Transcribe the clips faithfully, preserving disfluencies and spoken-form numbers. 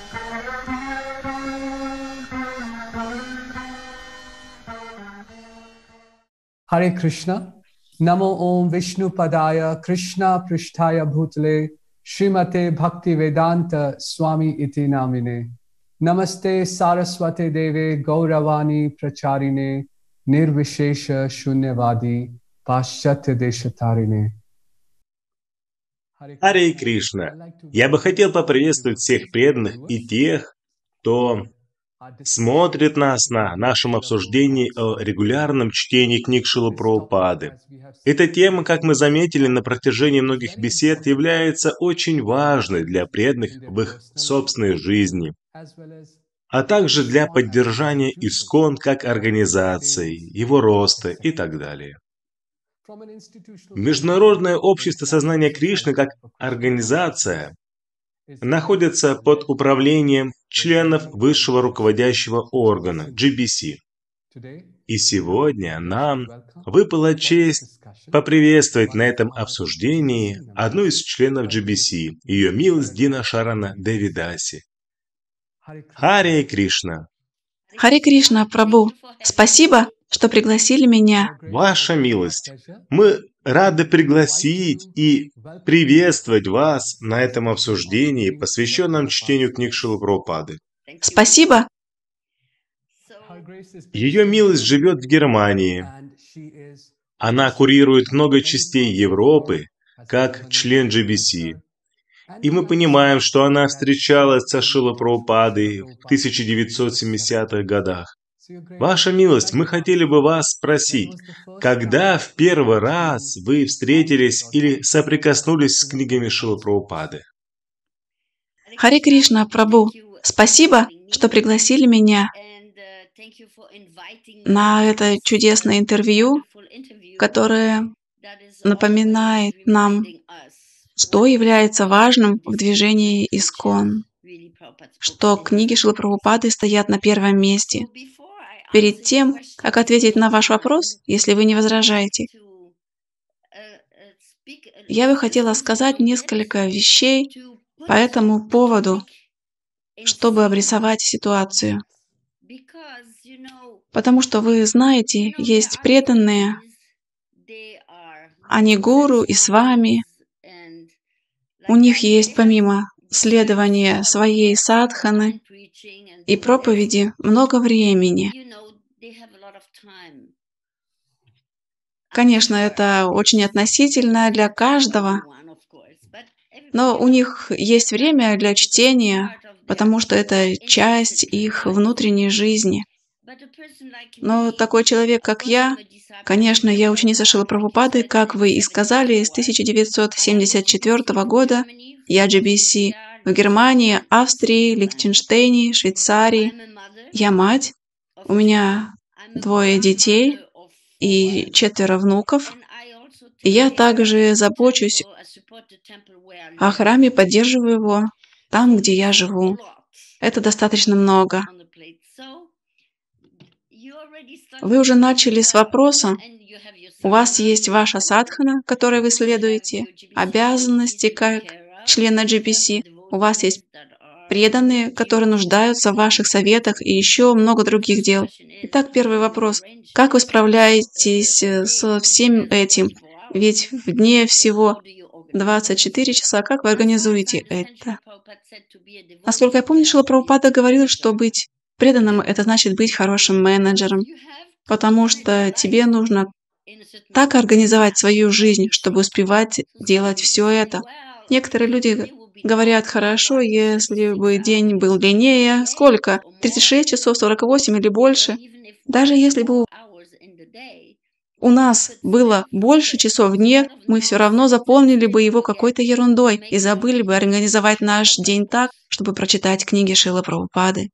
Hare Krishna. Namo Om Vishnu Padaya Krishna Prishtaya Bhutale Srimate Bhakti Vedanta Swami Iti Namine. Namaste Saraswate Deve Gauravani Pracharine Nirvishesha Shunyavadi Paschatya Deshatarine. Харе Кришна. Я бы хотел поприветствовать всех преданных и тех, кто смотрит нас на нашем обсуждении о регулярном чтении книг Шрилы Прабхупады. Эта тема, как мы заметили на протяжении многих бесед, является очень важной для преданных в их собственной жизни, а также для поддержания ИСККОН как организации, его роста и так далее. Международное общество сознания Кришны как организация находится под управлением членов высшего руководящего органа джи би си. И сегодня нам выпала честь поприветствовать на этом обсуждении одну из членов джи би си, ее милость Дина Шарана Девидаси. Харе Кришна. Харе Кришна, Прабху, спасибо, что пригласили меня. Ваша милость, мы рады пригласить и приветствовать вас на этом обсуждении, посвященном чтению книг Шрилы Прабхупады. Спасибо. Ее милость живет в Германии. Она курирует много частей Европы, как член джи би си. И мы понимаем, что она встречалась со Шрилой Прабхупадой в тысяча девятьсот семидесятых годах. Ваша милость, мы хотели бы вас спросить, когда в первый раз вы встретились или соприкоснулись с книгами Шрилы Прабхупады? Харе Кришна, Прабху, спасибо, что пригласили меня на это чудесное интервью, которое напоминает нам, что является важным в движении ИСККОН, что книги Шрилы Прабхупады стоят на первом месте. Перед тем, как ответить на ваш вопрос, если вы не возражаете, я бы хотела сказать несколько вещей по этому поводу, чтобы обрисовать ситуацию. Потому что вы знаете, есть преданные, они гуру и с вами. У них есть помимо следования своей садханы и проповеди много времени. Конечно, это очень относительно для каждого, но у них есть время для чтения, потому что это часть их внутренней жизни. Но такой человек, как я, конечно, я ученица Шрилы Прабхупады, как вы и сказали, с тысяча девятьсот семьдесят четвёртого года я джи би си в Германии, Австрии, Лихтенштейне, Швейцарии. Я мать, у меня двое детей и четверо внуков. И я также забочусь о храме, поддерживаю его там, где я живу. Это достаточно много. Вы уже начали с вопроса. У вас есть ваша садхана, которой вы следуете, обязанности как члена джи би си. У вас есть преданные, которые нуждаются в ваших советах и еще много других дел. Итак, первый вопрос. Как вы справляетесь со всем этим? Ведь в дне всего двадцать четыре часа. Как вы организуете это? Насколько я помню, Шрила Прабхупада говорил, что быть преданным — это значит быть хорошим менеджером, потому что тебе нужно так организовать свою жизнь, чтобы успевать делать все это. Некоторые люди говорят, хорошо, если бы день был длиннее, сколько? тридцать шесть часов, сорок восемь или больше? Даже если бы у нас было больше часов в дне, мы все равно заполнили бы его какой-то ерундой и забыли бы организовать наш день так, чтобы прочитать книги Шрилы Прабхупады.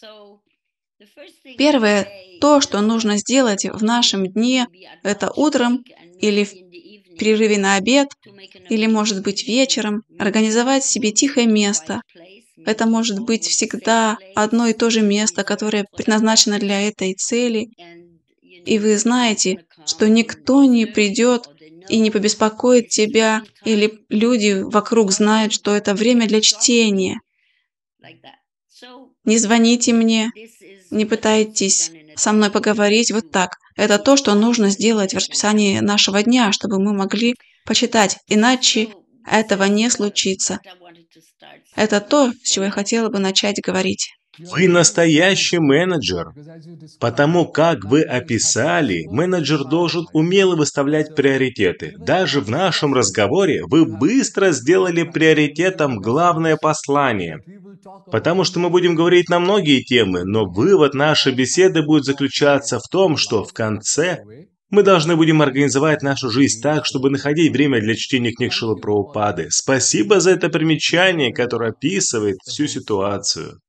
Первое, то, что нужно сделать в нашем дне, это утром или в перерыве на обед, или, может быть, вечером, организовать себе тихое место. Это может быть всегда одно и то же место, которое предназначено для этой цели. И вы знаете, что никто не придет и не побеспокоит тебя, или люди вокруг знают, что это время для чтения. Не звоните мне, не пытайтесь со мной поговорить вот так. Это то, что нужно сделать в расписании нашего дня, чтобы мы могли почитать. Иначе этого не случится. Это то, с чего я хотела бы начать говорить. Вы настоящий менеджер. Потому как вы описали, менеджер должен умело выставлять приоритеты. Даже в нашем разговоре вы быстро сделали приоритетом главное послание. Потому что мы будем говорить на многие темы, но вывод нашей беседы будет заключаться в том, что в конце мы должны будем организовать нашу жизнь так, чтобы находить время для чтения книг Шрилы Прабхупады. Спасибо за это примечание, которое описывает всю ситуацию.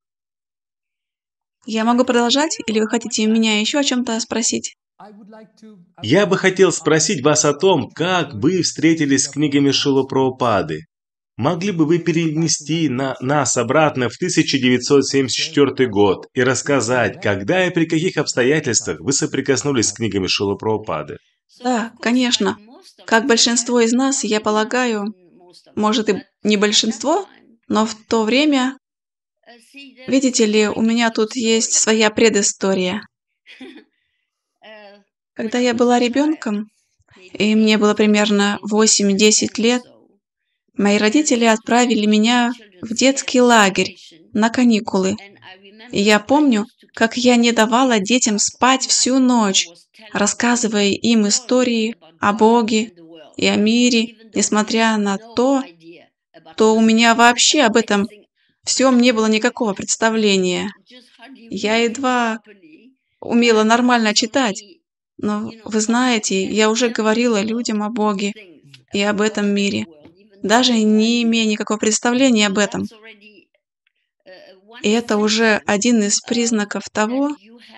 Я могу продолжать, или вы хотите меня еще о чем-то спросить? Я бы хотел спросить вас о том, как вы встретились с книгами Шрилы Прабхупады. Могли бы вы перенести на нас обратно в тысяча девятьсот семьдесят четвёртый год и рассказать, когда и при каких обстоятельствах вы соприкоснулись с книгами Шрилы Прабхупады? Да, конечно. Как большинство из нас, я полагаю, может и не большинство, но в то время, видите ли, у меня тут есть своя предыстория. Когда я была ребенком, и мне было примерно восемь-десять лет, мои родители отправили меня в детский лагерь на каникулы. И я помню, как я не давала детям спать всю ночь, рассказывая им истории о Боге и о мире, несмотря на то, что у меня вообще об этом всем не было никакого представления. Я едва умела нормально читать, но вы знаете, я уже говорила людям о Боге и об этом мире, даже не имея никакого представления об этом. И это уже один из признаков того,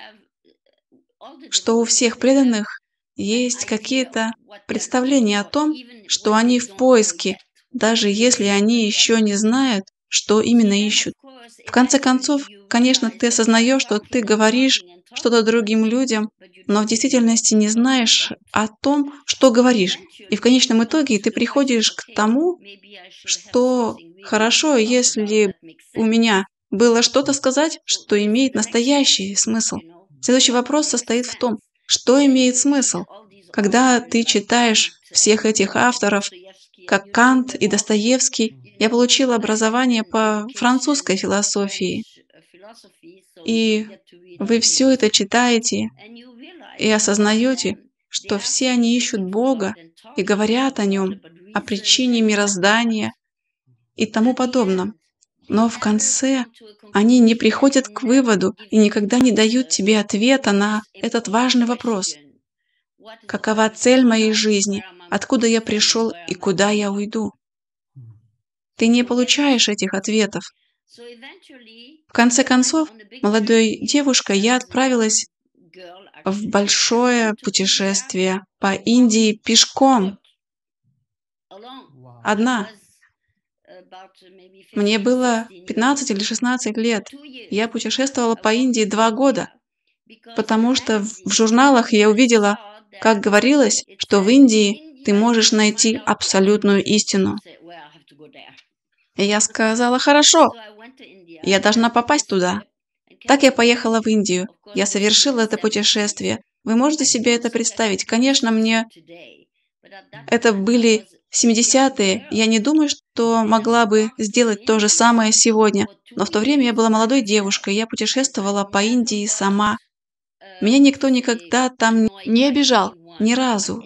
что у всех преданных есть какие-то представления о том, что они в поиске, даже если они еще не знают, что именно ищут. В конце концов, конечно, ты осознаешь, что ты говоришь что-то другим людям, но в действительности не знаешь о том, что говоришь. И в конечном итоге ты приходишь к тому, что хорошо, если у меня было что-то сказать, что имеет настоящий смысл. Следующий вопрос состоит в том, что имеет смысл, когда ты читаешь всех этих авторов, как Кант и Достоевский. Я получила образование по французской философии, и вы все это читаете и осознаете, что все они ищут Бога и говорят о Нем, о причине мироздания и тому подобном. Но в конце они не приходят к выводу и никогда не дают тебе ответа на этот важный вопрос. Какова цель моей жизни? Откуда я пришел и куда я уйду? Ты не получаешь этих ответов. В конце концов, молодой девушкой я отправилась в большое путешествие по Индии пешком. Одна. Мне было пятнадцать или шестнадцать лет. Я путешествовала по Индии два года, потому что в журналах я увидела, как говорилось, что в Индии ты можешь найти абсолютную истину. И я сказала, хорошо, я должна попасть туда. Так я поехала в Индию. Я совершила это путешествие. Вы можете себе это представить? Конечно, мне... Это были семидесятые. Я не думаю, что могла бы сделать то же самое сегодня. Но в то время я была молодой девушкой, я путешествовала по Индии сама. Меня никто никогда там не обижал, ни разу.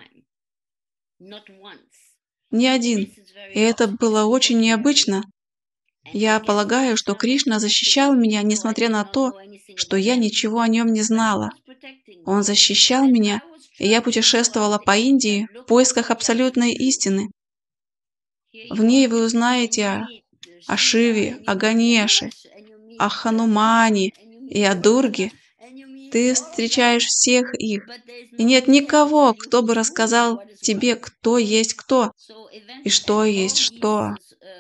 Ни один. И это было очень необычно. Я полагаю, что Кришна защищал меня, несмотря на то, что я ничего о нем не знала. Он защищал меня, и я путешествовала по Индии в поисках абсолютной истины. В ней вы узнаете о, о Шиве, о Ганеше, о Ханумане и о Дурге. Ты встречаешь всех их, и нет никого, кто бы рассказал тебе, кто есть кто и что есть что.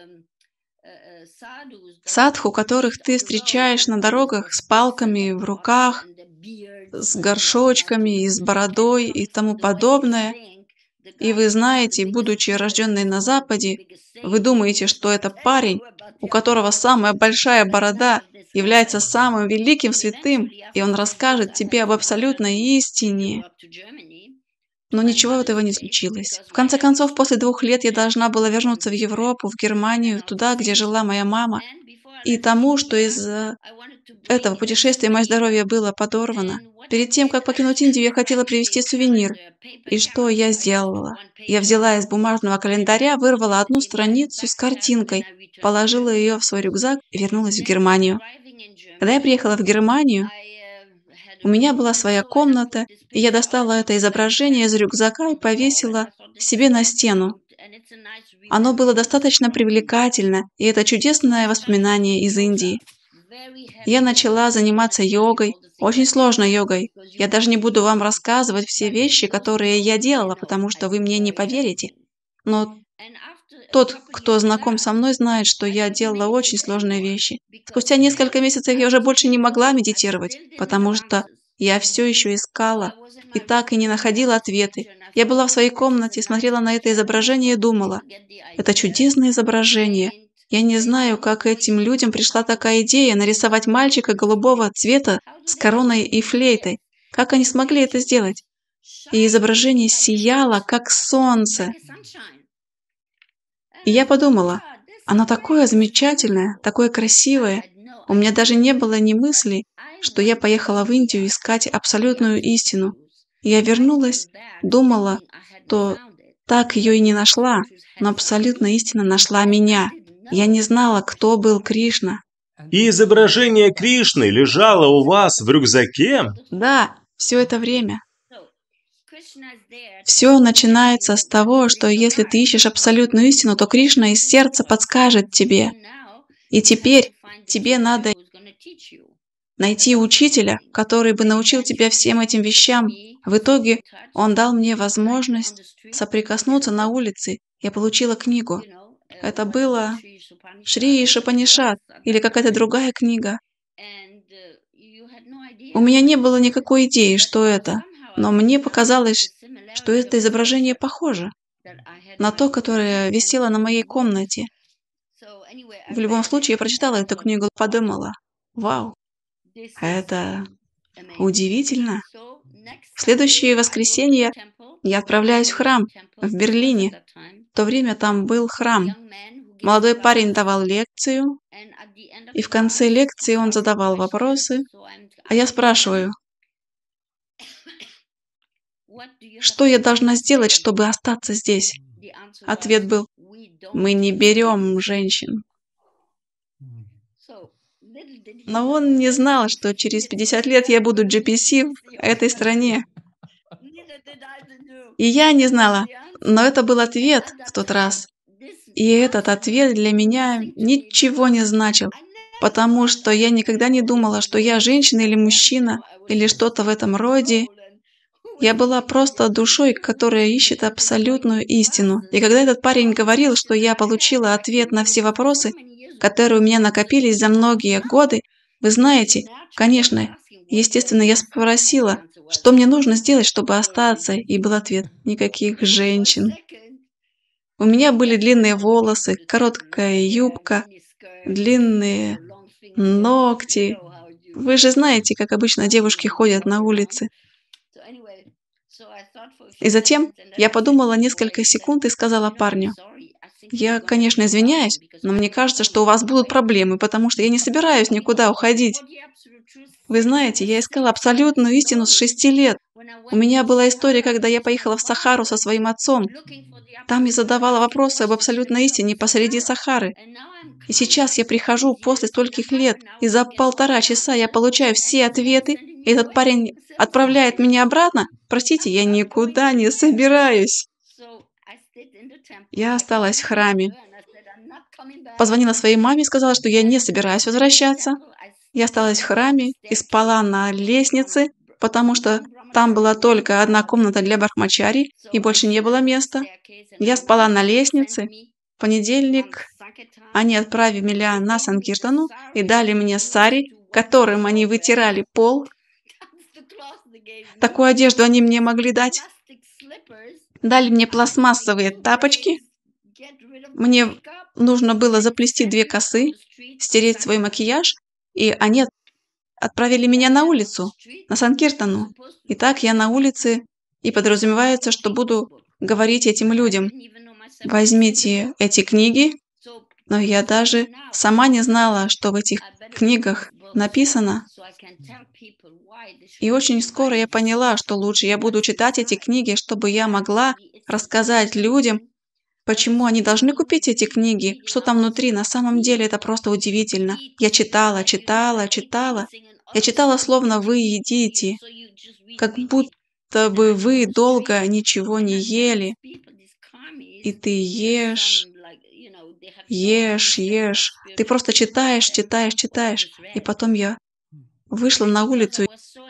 Садху, которых ты встречаешь на дорогах с палками в руках, с горшочками и с бородой и тому подобное, и вы знаете, будучи рожденной на Западе, вы думаете, что это парень, у которого самая большая борода является самым великим святым, и он расскажет тебе об абсолютной истине. Но ничего этого не случилось. В конце концов, после двух лет я должна была вернуться в Европу, в Германию, туда, где жила моя мама. И тому, что из-за этого путешествия мое здоровье было подорвано. Перед тем, как покинуть Индию, я хотела привезти сувенир. И что я сделала? Я взяла из бумажного календаря, вырвала одну страницу с картинкой, положила ее в свой рюкзак и вернулась в Германию. Когда я приехала в Германию, у меня была своя комната, и я достала это изображение из рюкзака и повесила себе на стену. Оно было достаточно привлекательно, и это чудесное воспоминание из Индии. Я начала заниматься йогой, очень сложной йогой. Я даже не буду вам рассказывать все вещи, которые я делала, потому что вы мне не поверите. Но тот, кто знаком со мной, знает, что я делала очень сложные вещи. Спустя несколько месяцев я уже больше не могла медитировать, потому что я все еще искала и так и не находила ответы. Я была в своей комнате, смотрела на это изображение и думала, это чудесное изображение. Я не знаю, как этим людям пришла такая идея нарисовать мальчика голубого цвета с короной и флейтой. Как они смогли это сделать? И изображение сияло, как солнце. И я подумала, оно такое замечательное, такое красивое. У меня даже не было ни мысли, что я поехала в Индию искать абсолютную истину. Я вернулась, думала, что так ее и не нашла, но абсолютная истина нашла меня. Я не знала, кто был Кришна. И изображение Кришны лежало у вас в рюкзаке? Да, все это время. Все начинается с того, что если ты ищешь абсолютную истину, то Кришна из сердца подскажет тебе. И теперь тебе надо найти учителя, который бы научил тебя всем этим вещам. В итоге он дал мне возможность соприкоснуться на улице. Я получила книгу. Это было Шри Ишупанишад или какая-то другая книга. У меня не было никакой идеи, что это, но мне показалось, что это изображение похоже на то, которое висело на моей комнате. В любом случае, я прочитала эту книгу и подумала, вау, это удивительно. В следующее воскресенье я отправляюсь в храм в Берлине. В то время там был храм. Молодой парень давал лекцию, и в конце лекции он задавал вопросы, а я спрашиваю, что я должна сделать, чтобы остаться здесь? Ответ был, мы не берем женщин. Но он не знал, что через пятьдесят лет я буду джи пи си в этой стране. И я не знала, но это был ответ в тот раз. И этот ответ для меня ничего не значил, потому что я никогда не думала, что я женщина или мужчина, или что-то в этом роде. Я была просто душой, которая ищет абсолютную истину. И когда этот парень говорил, что я получила ответ на все вопросы, которые у меня накопились за многие годы, вы знаете, конечно, естественно, я спросила, что мне нужно сделать, чтобы остаться, и был ответ – никаких женщин. У меня были длинные волосы, короткая юбка, длинные ногти. Вы же знаете, как обычно девушки ходят на улице. И затем я подумала несколько секунд и сказала парню, я, конечно, извиняюсь, но мне кажется, что у вас будут проблемы, потому что я не собираюсь никуда уходить. Вы знаете, я искала абсолютную истину с шести лет. У меня была история, когда я поехала в Сахару со своим отцом. Там я задавала вопросы об абсолютной истине посреди Сахары. И сейчас я прихожу после стольких лет, и за полтора часа я получаю все ответы, и этот парень отправляет меня обратно. Простите, я никуда не собираюсь. Я осталась в храме. Позвонила своей маме и сказала, что я не собираюсь возвращаться. Я осталась в храме и спала на лестнице, потому что там была только одна комната для брахмачари, и больше не было места. Я спала на лестнице. В понедельник они отправили меня на Санкиртану и дали мне сари, которым они вытирали пол. Такую одежду они мне могли дать. Дали мне пластмассовые тапочки. Мне нужно было заплести две косы, стереть свой макияж И они отправили меня на улицу, на Санкиртану. И так я на улице, и подразумевается, что буду говорить этим людям: возьмите эти книги. Но я даже сама не знала, что в этих книгах написано. И очень скоро я поняла, что лучше я буду читать эти книги, чтобы я могла рассказать людям, почему они должны купить эти книги, что там внутри. На самом деле это просто удивительно. Я читала, читала, читала. Я читала, словно вы едите, как будто бы вы долго ничего не ели. И ты ешь, ешь, ешь. Ты просто читаешь, читаешь, читаешь. И потом я вышла на улицу.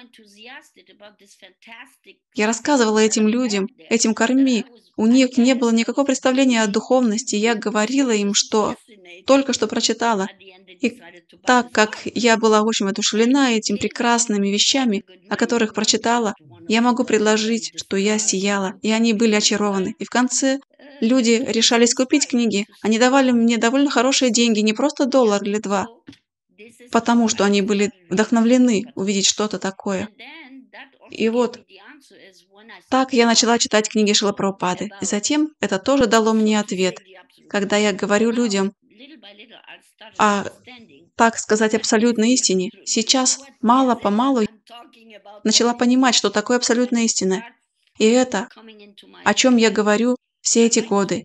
Я рассказывала этим людям, этим корми. У них не было никакого представления о духовности. Я говорила им, что только что прочитала. И так как я была очень воодушевлена этими прекрасными вещами, о которых прочитала, я могу предложить, что я сияла, и они были очарованы. И в конце люди решались купить книги. Они давали мне довольно хорошие деньги, не просто доллар или два, потому что они были вдохновлены увидеть что-то такое. И вот так я начала читать книги Шрилы Прабхупады. И затем это тоже дало мне ответ. Когда я говорю людям о, так сказать, абсолютной истине, сейчас мало-помалу начала понимать, что такое абсолютная истина. И это, о чем я говорю все эти годы.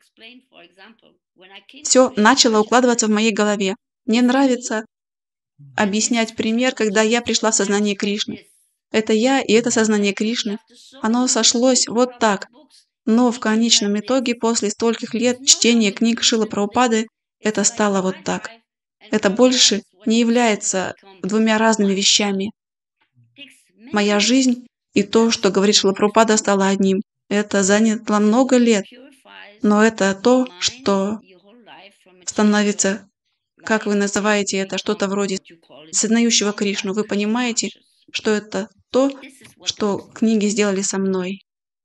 Все начало укладываться в моей голове. Мне нравится объяснять пример, когда я пришла в сознание Кришны. Это я и это сознание Кришны. Оно сошлось вот так. Но в конечном итоге, после стольких лет чтения книг Шрилы Прабхупады, это стало вот так. Это больше не является двумя разными вещами. Моя жизнь и то, что говорит Шрила Прабхупада, стало одним. Это заняло много лет. Но это то, что становится, как вы называете это, что-то вроде сознающего Кришну. Вы понимаете, что это то, что книги сделали со мной.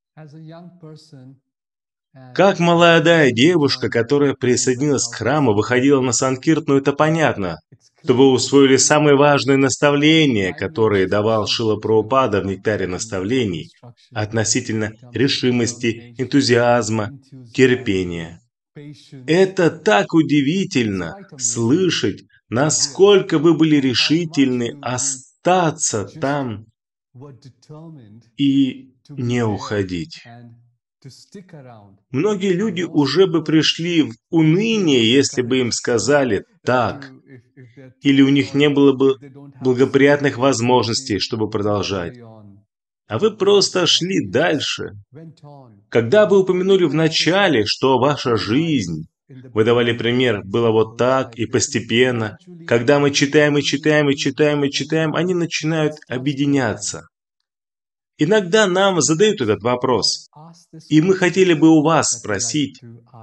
Как молодая девушка, которая присоединилась к храму, выходила на Санкиртану, это понятно, что вы усвоили самые важные наставления, которые давал Шрила Прабхупада в «Нектаре наставлений» относительно решимости, энтузиазма, терпения. Это так удивительно слышать, насколько вы были решительны остаться там и не уходить. Многие люди уже бы пришли в уныние, если бы им сказали так, или у них не было бы благоприятных возможностей, чтобы продолжать. А вы просто шли дальше. Когда вы упомянули в начале, что ваша жизнь, вы давали пример, было вот так и постепенно, когда мы читаем и читаем и читаем и читаем, они начинают объединяться. Иногда нам задают этот вопрос, и мы хотели бы у вас спросить,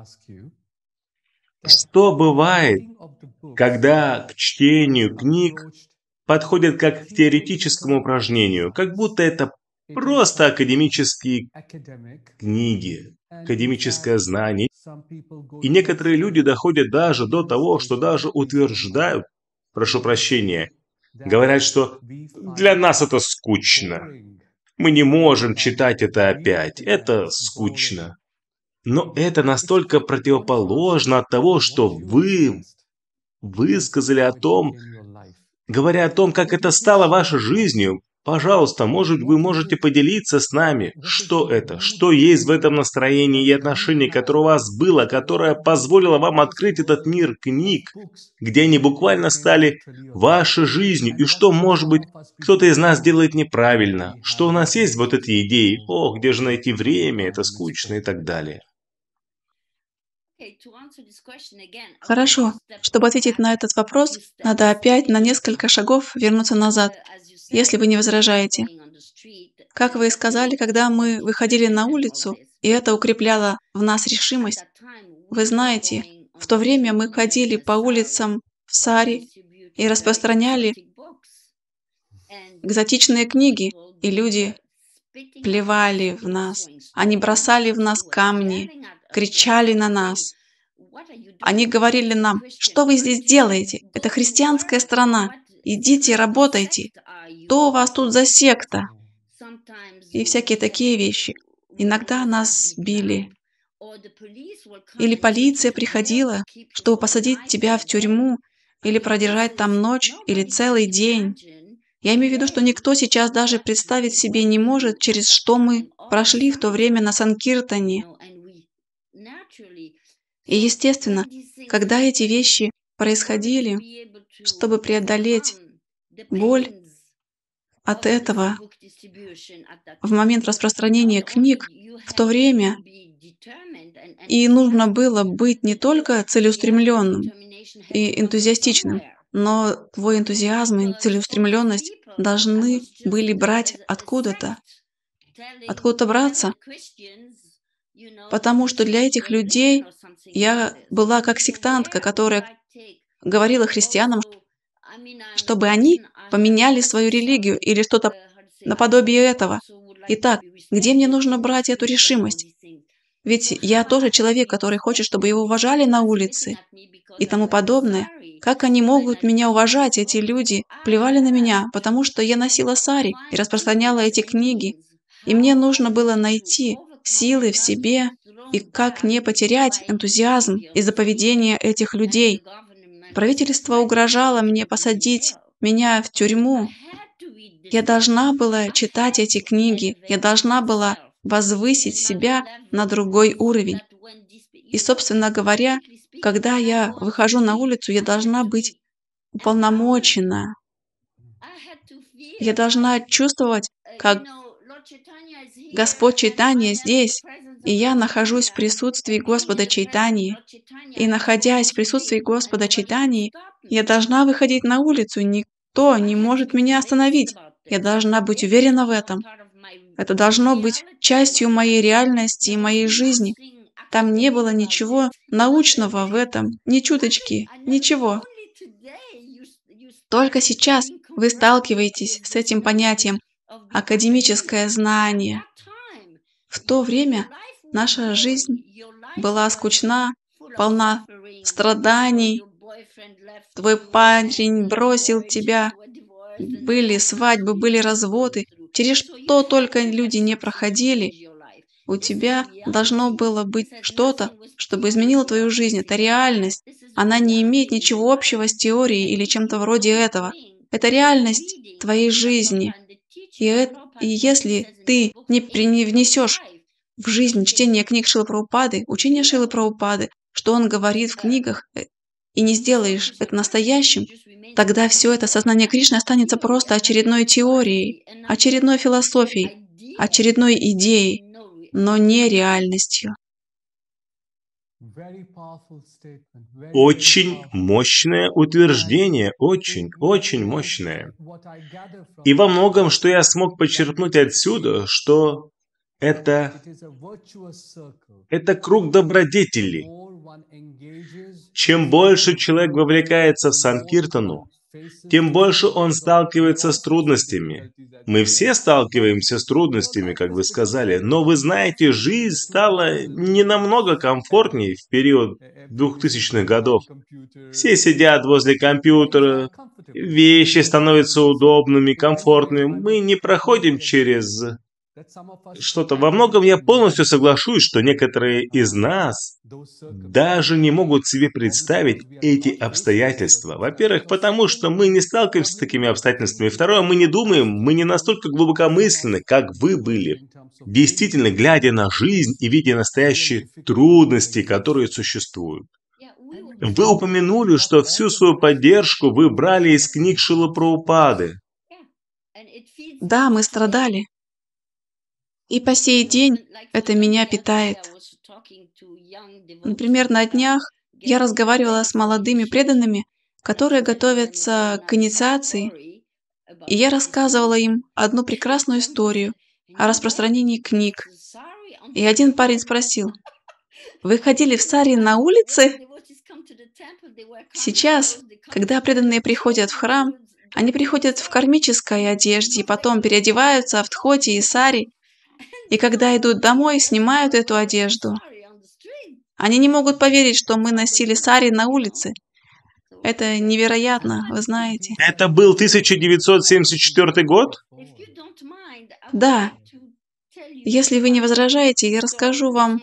что бывает, когда к чтению книг подходят как к теоретическому упражнению, как будто это просто академические книги, академическое знание. И некоторые люди доходят даже до того, что даже утверждают, прошу прощения, говорят, что для нас это скучно. Мы не можем читать это опять. Это скучно. Но это настолько противоположно от того, что вы высказали о том, говоря о том, как это стало вашей жизнью. Пожалуйста, может, вы можете поделиться с нами, что это, что есть в этом настроении и отношении, которое у вас было, которое позволило вам открыть этот мир книг, где они буквально стали вашей жизнью, и что, может быть, кто-то из нас делает неправильно, что у нас есть вот эти идеи, о, где же найти время, это скучно и так далее. Хорошо. Чтобы ответить на этот вопрос, надо опять на несколько шагов вернуться назад, если вы не возражаете. Как вы и сказали, когда мы выходили на улицу, и это укрепляло в нас решимость, вы знаете, в то время мы ходили по улицам в Саре и распространяли экзотичные книги, и люди плевали в нас, они бросали в нас камни, кричали на нас. Они говорили нам, что вы здесь делаете? Это христианская страна. идите, работайте. Что у вас тут за секта? И всякие такие вещи. Иногда нас били. Или полиция приходила, чтобы посадить тебя в тюрьму, или продержать там ночь, или целый день. Я имею в виду, что никто сейчас даже представить себе не может, через что мы прошли в то время на Санкиртане. И естественно, когда эти вещи происходили, чтобы преодолеть боль от этого в момент распространения книг в то время, и нужно было быть не только целеустремленным и энтузиастичным, но твой энтузиазм и целеустремленность должны были брать откуда-то, откуда-то браться, потому что для этих людей я была как сектантка, которая говорила христианам, чтобы они поменяли свою религию или что-то наподобие этого. Итак, где мне нужно брать эту решимость? Ведь я тоже человек, который хочет, чтобы его уважали на улице и тому подобное. Как они могут меня уважать, эти люди плевали на меня, потому что я носила сари и распространяла эти книги. И мне нужно было найти силы в себе и как не потерять энтузиазм из-за поведения этих людей. Правительство угрожало мне посадить меня в тюрьму. Я должна была читать эти книги, я должна была возвысить себя на другой уровень. И, собственно говоря, когда я выхожу на улицу, я должна быть уполномочена. Я должна чувствовать, как Господь Чайтанья здесь, и я нахожусь в присутствии Господа Чайтаньи. И находясь в присутствии Господа Чайтаньи, я должна выходить на улицу, никто не может меня остановить. Я должна быть уверена в этом. Это должно быть частью моей реальности и моей жизни. Там не было ничего научного в этом, ни чуточки, ничего. Только сейчас вы сталкиваетесь с этим понятием академическое знание. В то время наша жизнь была скучна, полна страданий. Твой парень бросил тебя, были свадьбы, были разводы. Через что только люди не проходили. У тебя должно было быть что-то, чтобы изменило твою жизнь. Это реальность. Она не имеет ничего общего с теорией или чем-то вроде этого. Это реальность твоей жизни. И, это, и если ты не внесешь в жизнь чтение книг Шрилы Прабхупады, учение Шрилы Прабхупады, что он говорит в книгах, и не сделаешь это настоящим, тогда все это сознание Кришны останется просто очередной теорией, очередной философией, очередной идеей, но не реальностью. Очень мощное утверждение, очень, очень мощное. И во многом, что я смог почерпнуть отсюда, что это, это круг добродетели. Чем больше человек вовлекается в санкиртану, тем больше он сталкивается с трудностями. Мы все сталкиваемся с трудностями, как вы сказали, но вы знаете, жизнь стала не намного комфортнее в период двухтысячных годов. Все сидят возле компьютера, вещи становятся удобными, комфортными. Мы не проходим через что-то. Во многом я полностью соглашусь, что некоторые из нас даже не могут себе представить эти обстоятельства. Во-первых, потому что мы не сталкиваемся с такими обстоятельствами. Второе, мы не думаем, мы не настолько глубокомысленны, как вы были. Действительно, глядя на жизнь и видя настоящие трудности, которые существуют. Вы упомянули, что всю свою поддержку вы брали из книг Шрилы Прабхупады. Да, мы страдали. И по сей день это меня питает. Например, на днях я разговаривала с молодыми преданными, которые готовятся к инициации, и я рассказывала им одну прекрасную историю о распространении книг. И один парень спросил: «Вы ходили в сари на улице?» Сейчас, когда преданные приходят в храм, они приходят в кармической одежде, и потом переодеваются в дхоти и сари. И когда идут домой, снимают эту одежду. Они не могут поверить, что мы носили сари на улице. Это невероятно, вы знаете. Это был тысяча девятьсот семьдесят четвёртый год? Да. Если вы не возражаете, я расскажу вам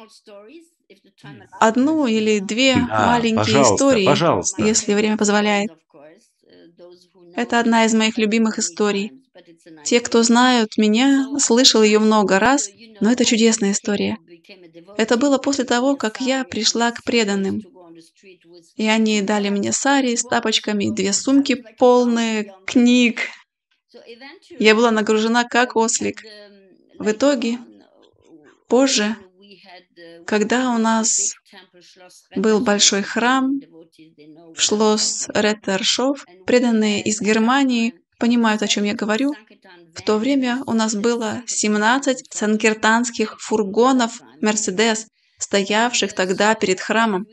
одну или две Да, маленькие пожалуйста, истории, пожалуйста. если время позволяет. Это одна из моих любимых историй. Те, кто знают меня, слышал ее много раз, но это чудесная история. Это было после того, как я пришла к преданным. И они дали мне сари с тапочками, две сумки полные книг. Я была нагружена как ослик. В итоге, позже, когда у нас был большой храм в Шлосс Реттершоф, преданные из Германии понимают, о чем я говорю. В то время у нас было семнадцать санкиртанских фургонов Мерседес, стоявших тогда перед храмом.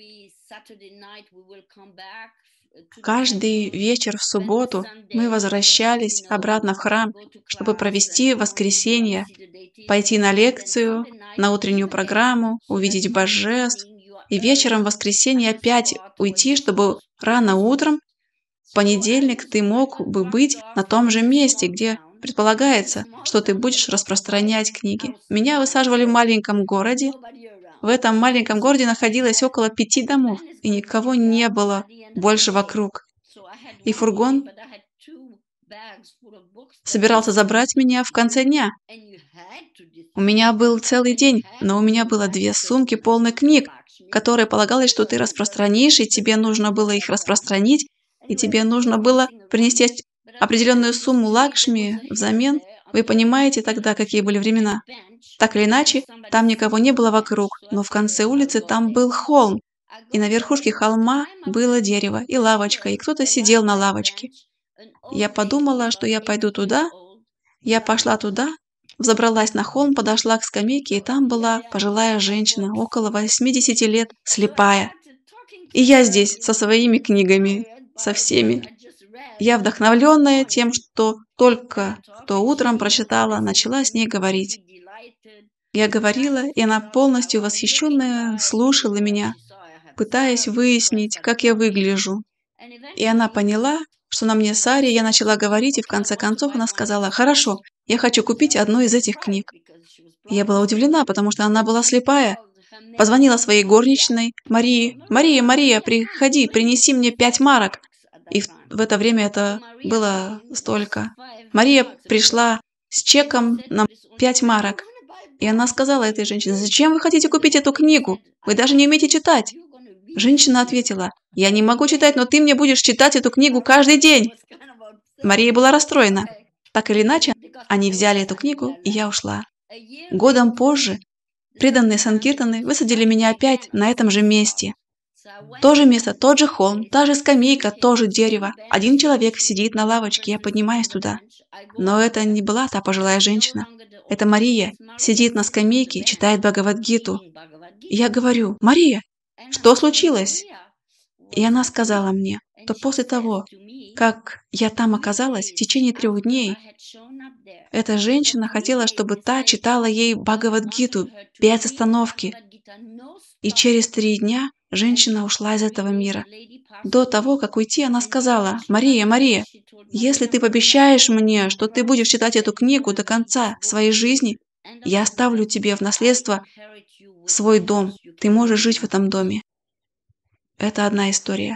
Каждый вечер в субботу мы возвращались обратно в храм, чтобы провести воскресенье, пойти на лекцию, на утреннюю программу, увидеть божеств, и вечером в воскресенье опять уйти, чтобы рано утром, в понедельник, ты мог бы быть на том же месте, где предполагается, что ты будешь распространять книги. Меня высаживали в маленьком городе. В этом маленьком городе находилось около пяти домов, и никого не было больше вокруг. И фургон собирался забрать меня в конце дня. У меня был целый день, но у меня было две сумки полных книг, которые полагалось, что ты распространишь, и тебе нужно было их распространить, и тебе нужно было принести определенную сумму лакшми взамен. Вы понимаете тогда, какие были времена? Так или иначе, там никого не было вокруг, но в конце улицы там был холм, и на верхушке холма было дерево и лавочка, и кто-то сидел на лавочке. Я подумала, что я пойду туда. Я пошла туда, взобралась на холм, подошла к скамейке, и там была пожилая женщина, около восьмидесяти лет, слепая. И я здесь со своими книгами, со всеми. Я, вдохновленная тем, что только что утром прочитала, начала с ней говорить. Я говорила, и она полностью восхищенная слушала меня, пытаясь выяснить, как я выгляжу. И она поняла, что на мне сари, я начала говорить, и в конце концов она сказала: «Хорошо, я хочу купить одну из этих книг». Я была удивлена, потому что она была слепая. Позвонила своей горничной Марии. «Мария, Мария, приходи, принеси мне пять марок». И в, в это время это было столько. Мария пришла с чеком на пять марок. И она сказала этой женщине: «Зачем вы хотите купить эту книгу? Вы даже не умеете читать». Женщина ответила: «Я не могу читать, но ты мне будешь читать эту книгу каждый день». Мария была расстроена. Так или иначе, они взяли эту книгу, и я ушла. Годом позже преданные санкиртаны высадили меня опять на этом же месте. То же место, тот же холм, та же скамейка, то же дерево. Один человек сидит на лавочке, я поднимаюсь туда. Но это не была та пожилая женщина. Это Мария сидит на скамейке и читает Бхагавад-гиту. Я говорю: «Мария, что случилось?» И она сказала мне, что после того, как я там оказалась, в течение трех дней, эта женщина хотела, чтобы та читала ей Бхагавад-гиту без остановки. И через три дня женщина ушла из этого мира. До того, как уйти, она сказала: «Мария, Мария, если ты пообещаешь мне, что ты будешь читать эту книгу до конца своей жизни, я оставлю тебе в наследство свой дом. Ты можешь жить в этом доме». Это одна история.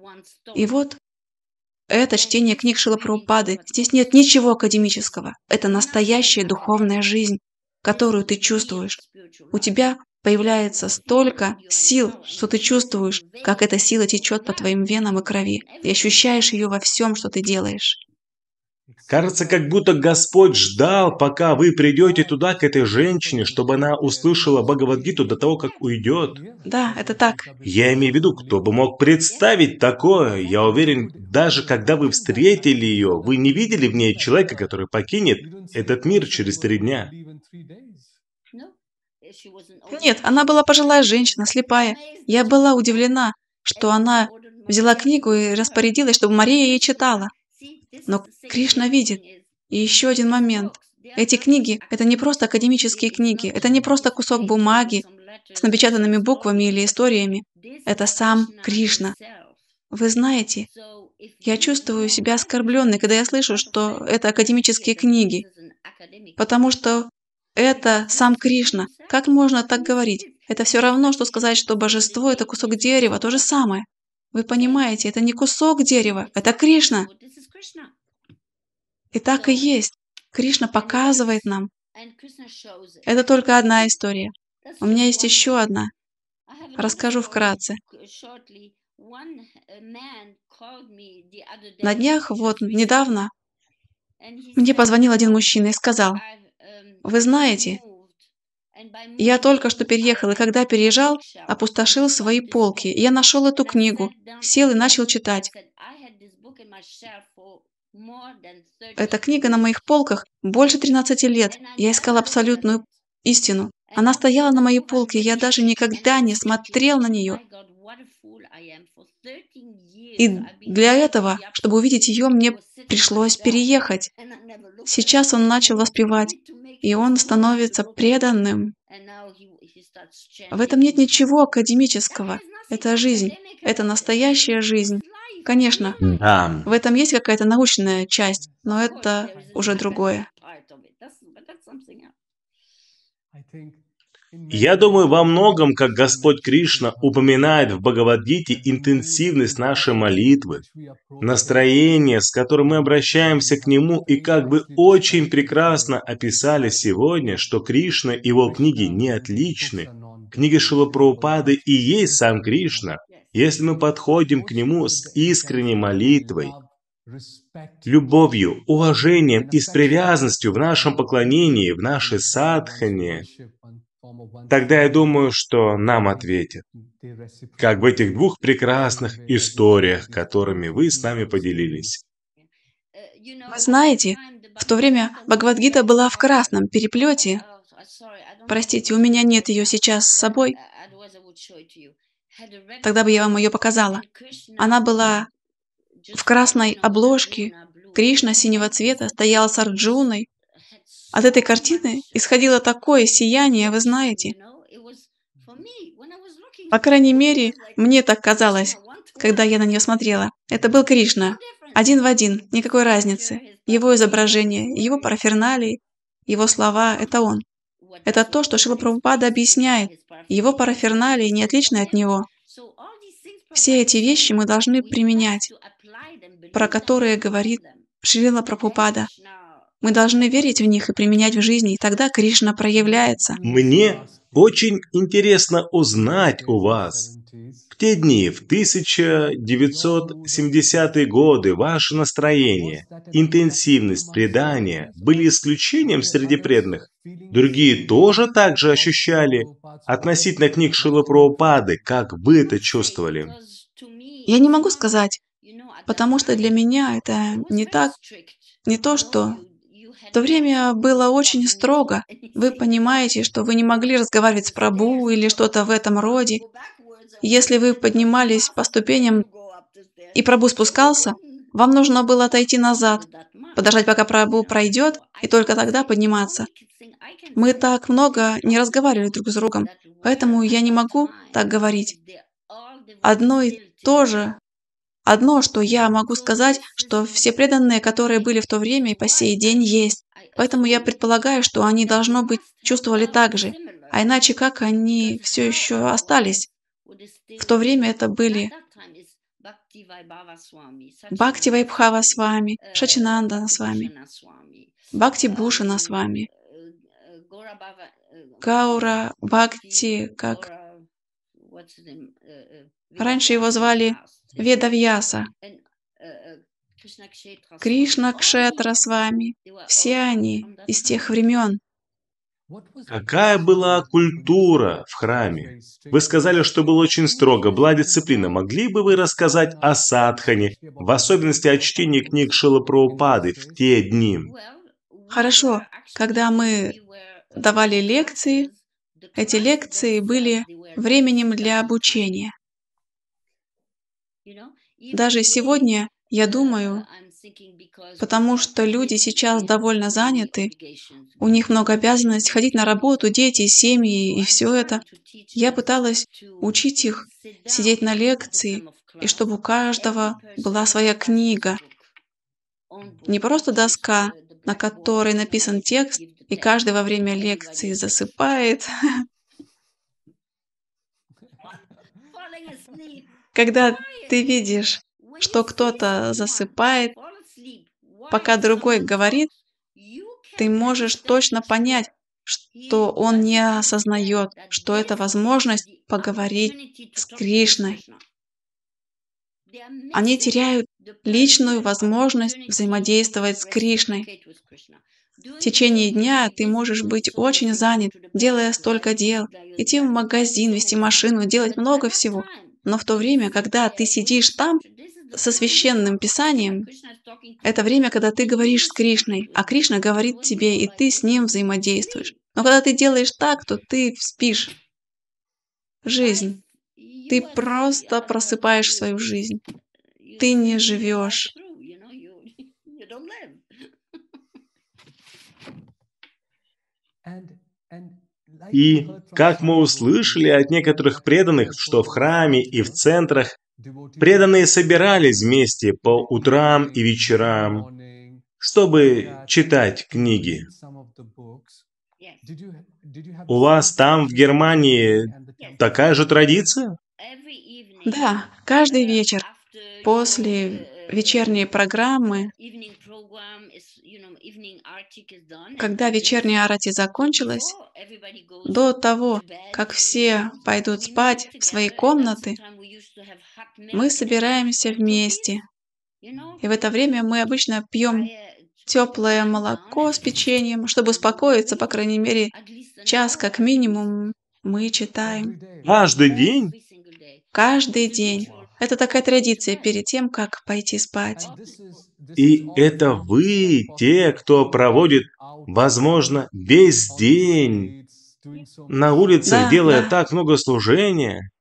И вот это чтение книг Шрилы Прабхупады. Здесь нет ничего академического. Это настоящая духовная жизнь, которую ты чувствуешь. У тебя появляется столько сил, что ты чувствуешь, как эта сила течет по твоим венам и крови. Ты ощущаешь ее во всем, что ты делаешь. Кажется, как будто Господь ждал, пока вы придете туда, к этой женщине, чтобы она услышала Бхагавад-гиту до того, как уйдет. Да, это так. Я имею в виду, кто бы мог представить такое. Я уверен, даже когда вы встретили ее, вы не видели в ней человека, который покинет этот мир через три дня. Нет, она была пожилая женщина, слепая. Я была удивлена, что она взяла книгу и распорядилась, чтобы Мария ей читала. Но Кришна видит. И еще один момент. Эти книги — это не просто академические книги, это не просто кусок бумаги с напечатанными буквами или историями. Это сам Кришна. Вы знаете, я чувствую себя оскорбленной, когда я слышу, что это академические книги, потому что это сам Кришна. Как можно так говорить? Это все равно, что сказать, что божество — это кусок дерева, то же самое. Вы понимаете, это не кусок дерева, это Кришна. И так и есть. Кришна показывает нам. Это только одна история. У меня есть еще одна. Расскажу вкратце. На днях, вот недавно, мне позвонил один мужчина и сказал: «Вы знаете, я только что переехал, и когда переезжал, опустошил свои полки. Я нашел эту книгу, сел и начал читать. Эта книга на моих полках больше тринадцати лет. Я искал абсолютную истину. Она стояла на моей полке, я даже никогда не смотрел на нее. И для этого, чтобы увидеть ее, мне пришлось переехать. Сейчас он начал воспевать, и он становится преданным. В этом нет ничего академического. Это жизнь. Это настоящая жизнь. Конечно, Да. в этом есть какая-то научная часть, но это уже другое. Я думаю, во многом, как Господь Кришна упоминает в Бхагавад-гите, интенсивность нашей молитвы, настроение, с которым мы обращаемся к Нему, и как бы очень прекрасно описали сегодня, что Кришна и Его книги не отличны. Книга Шрилы Прабхупады и есть сам Кришна. Если мы подходим к Нему с искренней молитвой, любовью, уважением и с привязанностью в нашем поклонении, в нашей садхане, тогда я думаю, что нам ответят. Как в этих двух прекрасных историях, которыми вы с нами поделились. Вы знаете, в то время Бхагавад-гита была в красном переплете. Простите, у меня нет ее сейчас с собой. Тогда бы я вам ее показала. Она была в красной обложке. Кришна синего цвета стоял с Арджуной. От этой картины исходило такое сияние, вы знаете. По крайней мере, мне так казалось, когда я на нее смотрела. Это был Кришна. Один в один, никакой разницы. Его изображение, его параферналии, его слова — это он. Это то, что Шрила Прабхупада объясняет. Его параферналии не отличны от него. Все эти вещи мы должны применять, про которые говорит Шрила Прабхупада. Мы должны верить в них и применять в жизни, и тогда Кришна проявляется. Мне очень интересно узнать у вас, в те дни, в тысяча девятьсот семидесятые годы, ваше настроение, интенсивность предания были исключением среди преданных. Другие тоже так же ощущали относительно книг Шрилы Прабхупады, как вы это чувствовали? Я не могу сказать, потому что для меня это не так, не то, что... В то время было очень строго. Вы понимаете, что вы не могли разговаривать с Прабху или что-то в этом роде. Если вы поднимались по ступеням, и Прабху спускался, вам нужно было отойти назад, подождать, пока Прабху пройдет, и только тогда подниматься. Мы так много не разговаривали друг с другом, поэтому я не могу так говорить. Одно и то же. Одно, что я могу сказать, что все преданные, которые были в то время и по сей день, есть. Поэтому я предполагаю, что они, должно быть, чувствовали так же. А иначе как они все еще остались? В то время это были Бхакти Вайбхава с вами, Шачинандана с вами, Бхакти Бхушана с вами, Гаура Бхакти, как раньше его звали Ведавьяса, Кришна Кшетра с вами. Все они из тех времен. Какая была культура в храме? Вы сказали, что было очень строго, была дисциплина. Могли бы вы рассказать о садхане, в особенности о чтении книг Шрилы Прабхупады в те дни? Хорошо. Когда мы давали лекции, эти лекции были временем для обучения. Даже сегодня, я думаю, потому что люди сейчас довольно заняты, у них много обязанностей, ходить на работу, дети, семьи и все это. Я пыталась учить их сидеть на лекции и чтобы у каждого была своя книга. Не просто доска, на которой написан текст, и каждый во время лекции засыпает. Когда ты видишь, что кто-то засыпает, пока другой говорит, ты можешь точно понять, что он не осознает, что это возможность поговорить с Кришной. Они теряют личную возможность взаимодействовать с Кришной. В течение дня ты можешь быть очень занят, делая столько дел, идти в магазин, вести машину, делать много всего. Но в то время, когда ты сидишь там со священным писанием, это время, когда ты говоришь с Кришной, а Кришна говорит тебе, и ты с ним взаимодействуешь. Но когда ты делаешь так, то ты спишь. Жизнь. Ты просто просыпаешь свою жизнь. Ты не живешь. И, как мы услышали от некоторых преданных, что в храме и в центрах преданные собирались вместе по утрам и вечерам, чтобы читать книги. У вас там, в Германии, такая же традиция? Да, каждый вечер после вечерней программы, когда вечерняя арати закончилась, до того, как все пойдут спать в свои комнаты, мы собираемся вместе. И в это время мы обычно пьем теплое молоко с печеньем, чтобы успокоиться, по крайней мере, час как минимум мы читаем. Каждый день? Каждый день. Это такая традиция перед тем, как пойти спать. И это вы, те, кто проводит, возможно, весь день на улицах, Да, делая да. так много служения.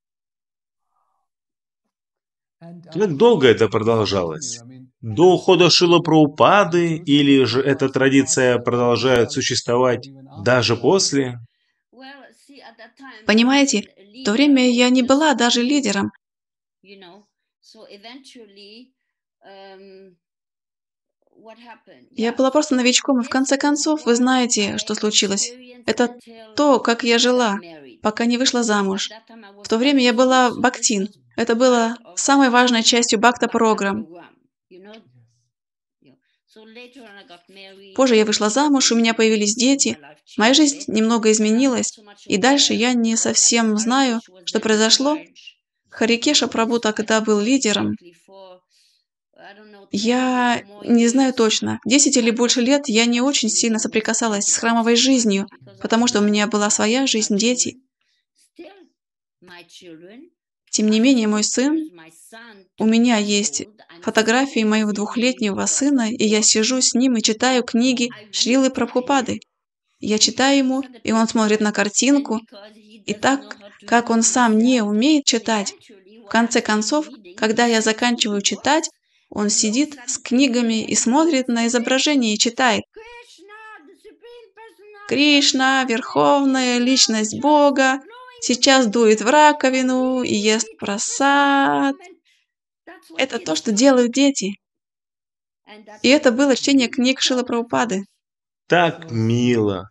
Как долго это продолжалось? До ухода Шрилы Прабхупады, или же эта традиция продолжает существовать даже после? Понимаете, в то время я не была даже лидером. Я была просто новичком, и в конце концов, вы знаете, что случилось. Это то, как я жила, пока не вышла замуж. В то время я была бхактин. Это было самой важной частью бхакта-программ. Позже я вышла замуж, у меня появились дети. Моя жизнь немного изменилась, и дальше я не совсем знаю, что произошло. Харикеша Прабху тогда был лидером. Я не знаю точно. Десять или больше лет я не очень сильно соприкасалась с храмовой жизнью, потому что у меня была своя жизнь, дети. Тем не менее, мой сын, у меня есть фотографии моего двухлетнего сына, и я сижу с ним и читаю книги Шрилы Прабхупады. Я читаю ему, и он смотрит на картинку, и так как он сам не умеет читать, в конце концов, когда я заканчиваю читать, он сидит с книгами и смотрит на изображение и читает. Кришна, Верховная Личность Бога, сейчас дует в раковину и ест прасад. Это то, что делают дети. И это было чтение книг Шрилы Прабхупады. Так мило.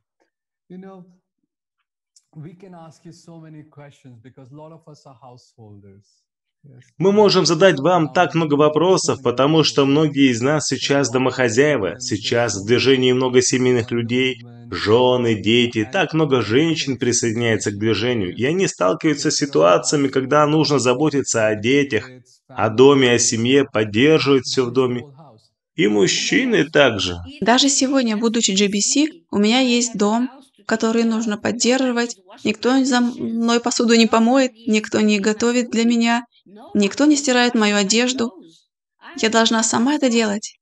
Мы можем задать вам так много вопросов, потому что многие из нас сейчас домохозяева, сейчас в движении много семейных людей, жены, дети, так много женщин присоединяется к движению, и они сталкиваются с ситуациями, когда нужно заботиться о детях, о доме, о семье, поддерживать все в доме. И мужчины также. Даже сегодня, будучи джи би си, у меня есть дом, который нужно поддерживать. Никто за мной посуду не помоет, никто не готовит для меня, никто не стирает мою одежду. Я должна сама это делать.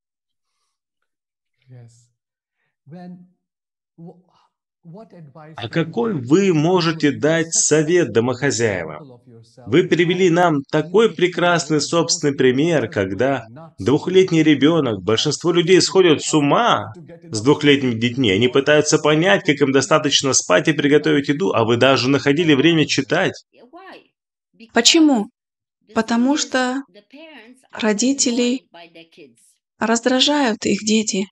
А какой вы можете дать совет домохозяевам? Вы привели нам такой прекрасный собственный пример, когда двухлетний ребенок, большинство людей сходят с ума с двухлетними детьми. Они пытаются понять, как им достаточно спать и приготовить еду, а вы даже находили время читать. Почему? потому что родителей раздражают их дети.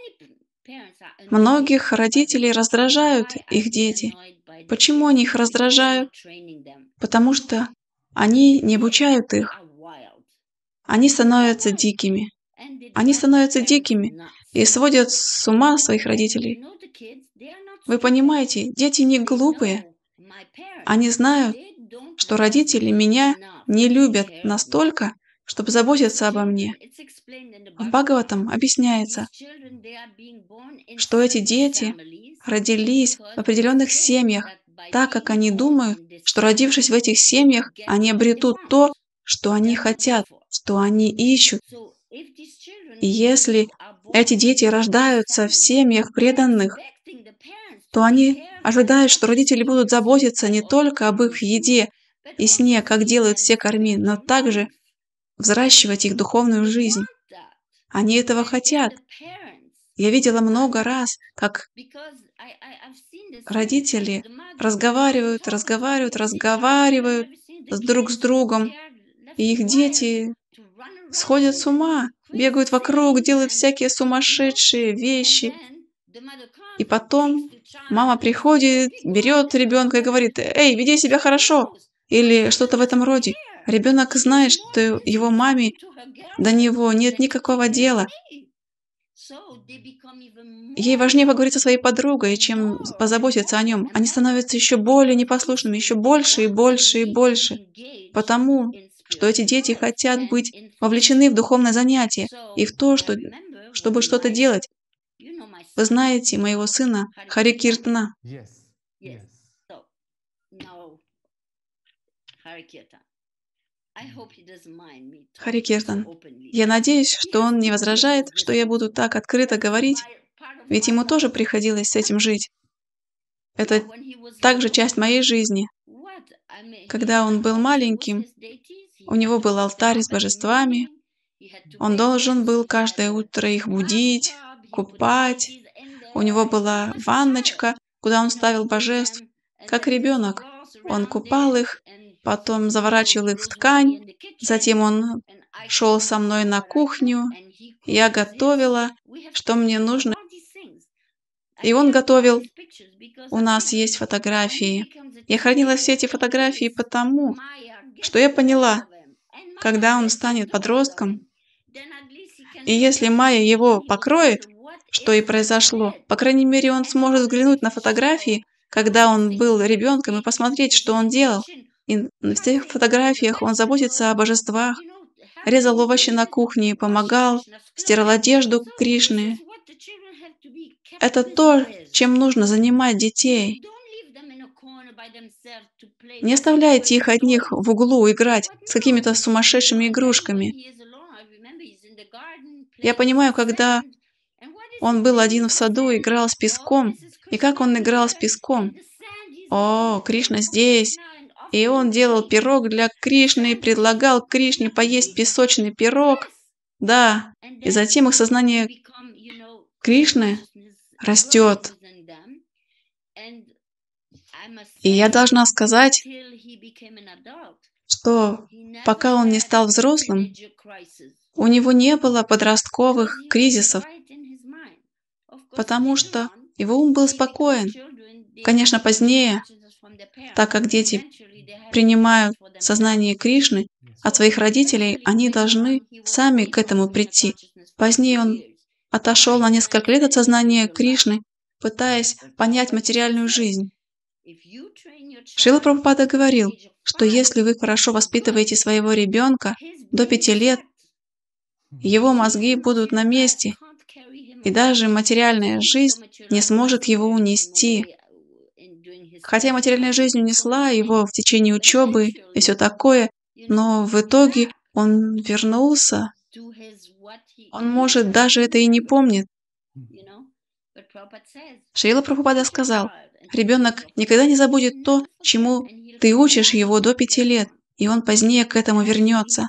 Многих родителей раздражают их дети. Почему они их раздражают? Потому что они не обучают их. Они становятся дикими. Они становятся дикими и сводят с ума своих родителей. Вы понимаете, дети не глупые. Они знают, что родители меня не любят настолько, чтобы заботиться обо мне. В Бхагаватам объясняется, что эти дети родились в определенных семьях, так как они думают, что, родившись в этих семьях, они обретут то, что они хотят, что они ищут. И если эти дети рождаются в семьях преданных, то они ожидают, что родители будут заботиться не только об их еде и сне, как делают все карми, но также взращивать их духовную жизнь. Они этого хотят. Я видела много раз, как родители разговаривают, разговаривают, разговаривают с друг с другом, и их дети сходят с ума, бегают вокруг, делают всякие сумасшедшие вещи. И потом мама приходит, берет ребенка и говорит: «Эй, веди себя хорошо!» Или что-то в этом роде. Ребенок знает, что его маме до него нет никакого дела. Ей важнее поговорить со своей подругой, чем позаботиться о нем. Они становятся еще более непослушными, еще больше и больше и больше. Потому что эти дети хотят быть вовлечены в духовное занятие и в то, что, чтобы что-то делать. Вы знаете моего сына Хари Киртана. Хари Киртан. Я надеюсь, что он не возражает, что я буду так открыто говорить, ведь ему тоже приходилось с этим жить. Это также часть моей жизни. Когда он был маленьким, у него был алтарь с божествами. Он должен был каждое утро их будить, купать. У него была ванночка, куда он ставил божеств. Как ребенок, он купал их, потом заворачивал их в ткань, затем он шел со мной на кухню, я готовила, что мне нужно. И он готовил. У нас есть фотографии. Я хранила все эти фотографии потому, что я поняла, когда он станет подростком, и если Майя его покроет, что и произошло, по крайней мере, он сможет взглянуть на фотографии, когда он был ребенком, и посмотреть, что он делал. И на всех фотографиях он заботится о божествах, резал овощи на кухне, помогал, стирал одежду Кришны. Это то, чем нужно занимать детей. Не оставляйте их одних в углу играть с какими-то сумасшедшими игрушками. Я понимаю, когда он был один в саду, играл с песком, и как он играл с песком. О, Кришна здесь. И он делал пирог для Кришны, предлагал Кришне поесть песочный пирог. Да, и затем их сознание Кришны растет. И я должна сказать, что пока он не стал взрослым, у него не было подростковых кризисов, потому что его ум был спокоен. Конечно, позднее, так как дети принимают сознание Кришны от своих родителей, они должны сами к этому прийти. Позднее он отошел на несколько лет от сознания Кришны, пытаясь понять материальную жизнь. Шрила Прабхупада говорил, что если вы хорошо воспитываете своего ребенка до пяти лет, его мозги будут на месте, и даже материальная жизнь не сможет его унести. Хотя материальная жизнь унесла его в течение учебы и все такое, но в итоге он вернулся. Он, может, даже это и не помнит. Шрила Прабхупада сказал, ребенок никогда не забудет то, чему ты учишь его до пяти лет, и он позднее к этому вернется.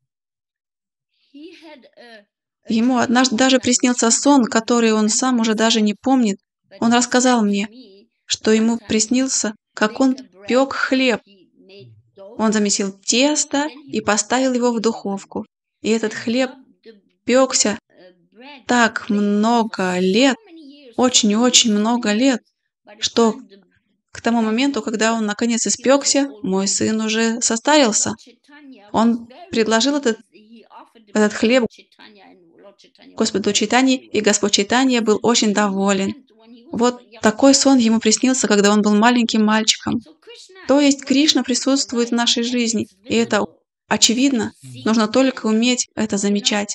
Ему однажды даже приснился сон, который он сам уже даже не помнит. Он рассказал мне, что ему приснился, как он пек хлеб. Он замесил тесто и поставил его в духовку. И этот хлеб пекся так много лет, очень-очень много лет, что к тому моменту, когда он наконец испекся, мой сын уже состарился. Он предложил этот, этот хлеб Господу Чайтанье, и Господь Чайтанья был очень доволен. Вот такой сон ему приснился, когда он был маленьким мальчиком. То есть Кришна присутствует в нашей жизни, и это очевидно, нужно только уметь это замечать.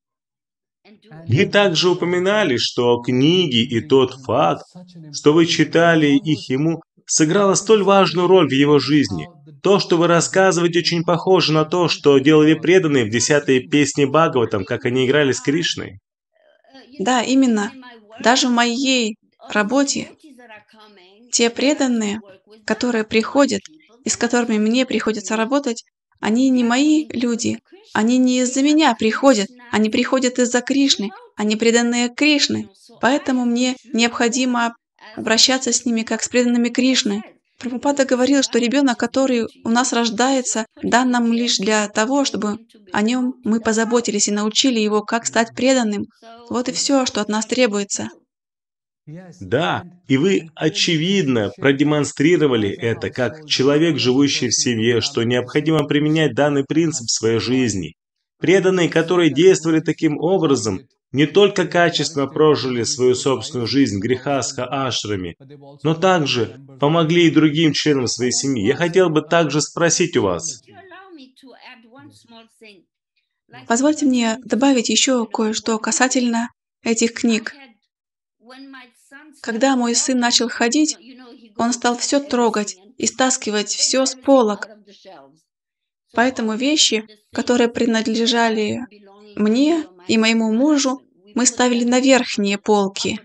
И также упоминали, что книги и тот факт, что вы читали их ему, сыграло столь важную роль в его жизни. То, что вы рассказываете, очень похоже на то, что делали преданные в десятой песне Бхагаватам, как они играли с Кришной. Да, именно. Даже в моей работе те преданные, которые приходят и с которыми мне приходится работать, они не мои люди. Они не из-за меня приходят, они приходят из-за Кришны, они преданные Кришны. Поэтому мне необходимо обращаться с ними как с преданными Кришны. Прабхупада говорил, что ребенок, который у нас рождается, дан нам лишь для того, чтобы о нем мы позаботились и научили его, как стать преданным. Вот и все, что от нас требуется. Да, и вы, очевидно, продемонстрировали это как человек, живущий в семье, что необходимо применять данный принцип в своей жизни. Преданные, которые действовали таким образом, не только качественно прожили свою собственную жизнь в грихастха-ашраме, но также помогли и другим членам своей семьи. Я хотел бы также спросить у вас. Позвольте мне добавить еще кое-что касательно этих книг. Когда мой сын начал ходить, он стал все трогать и стаскивать все с полок. Поэтому вещи, которые принадлежали мне и моему мужу, мы ставили на верхние полки.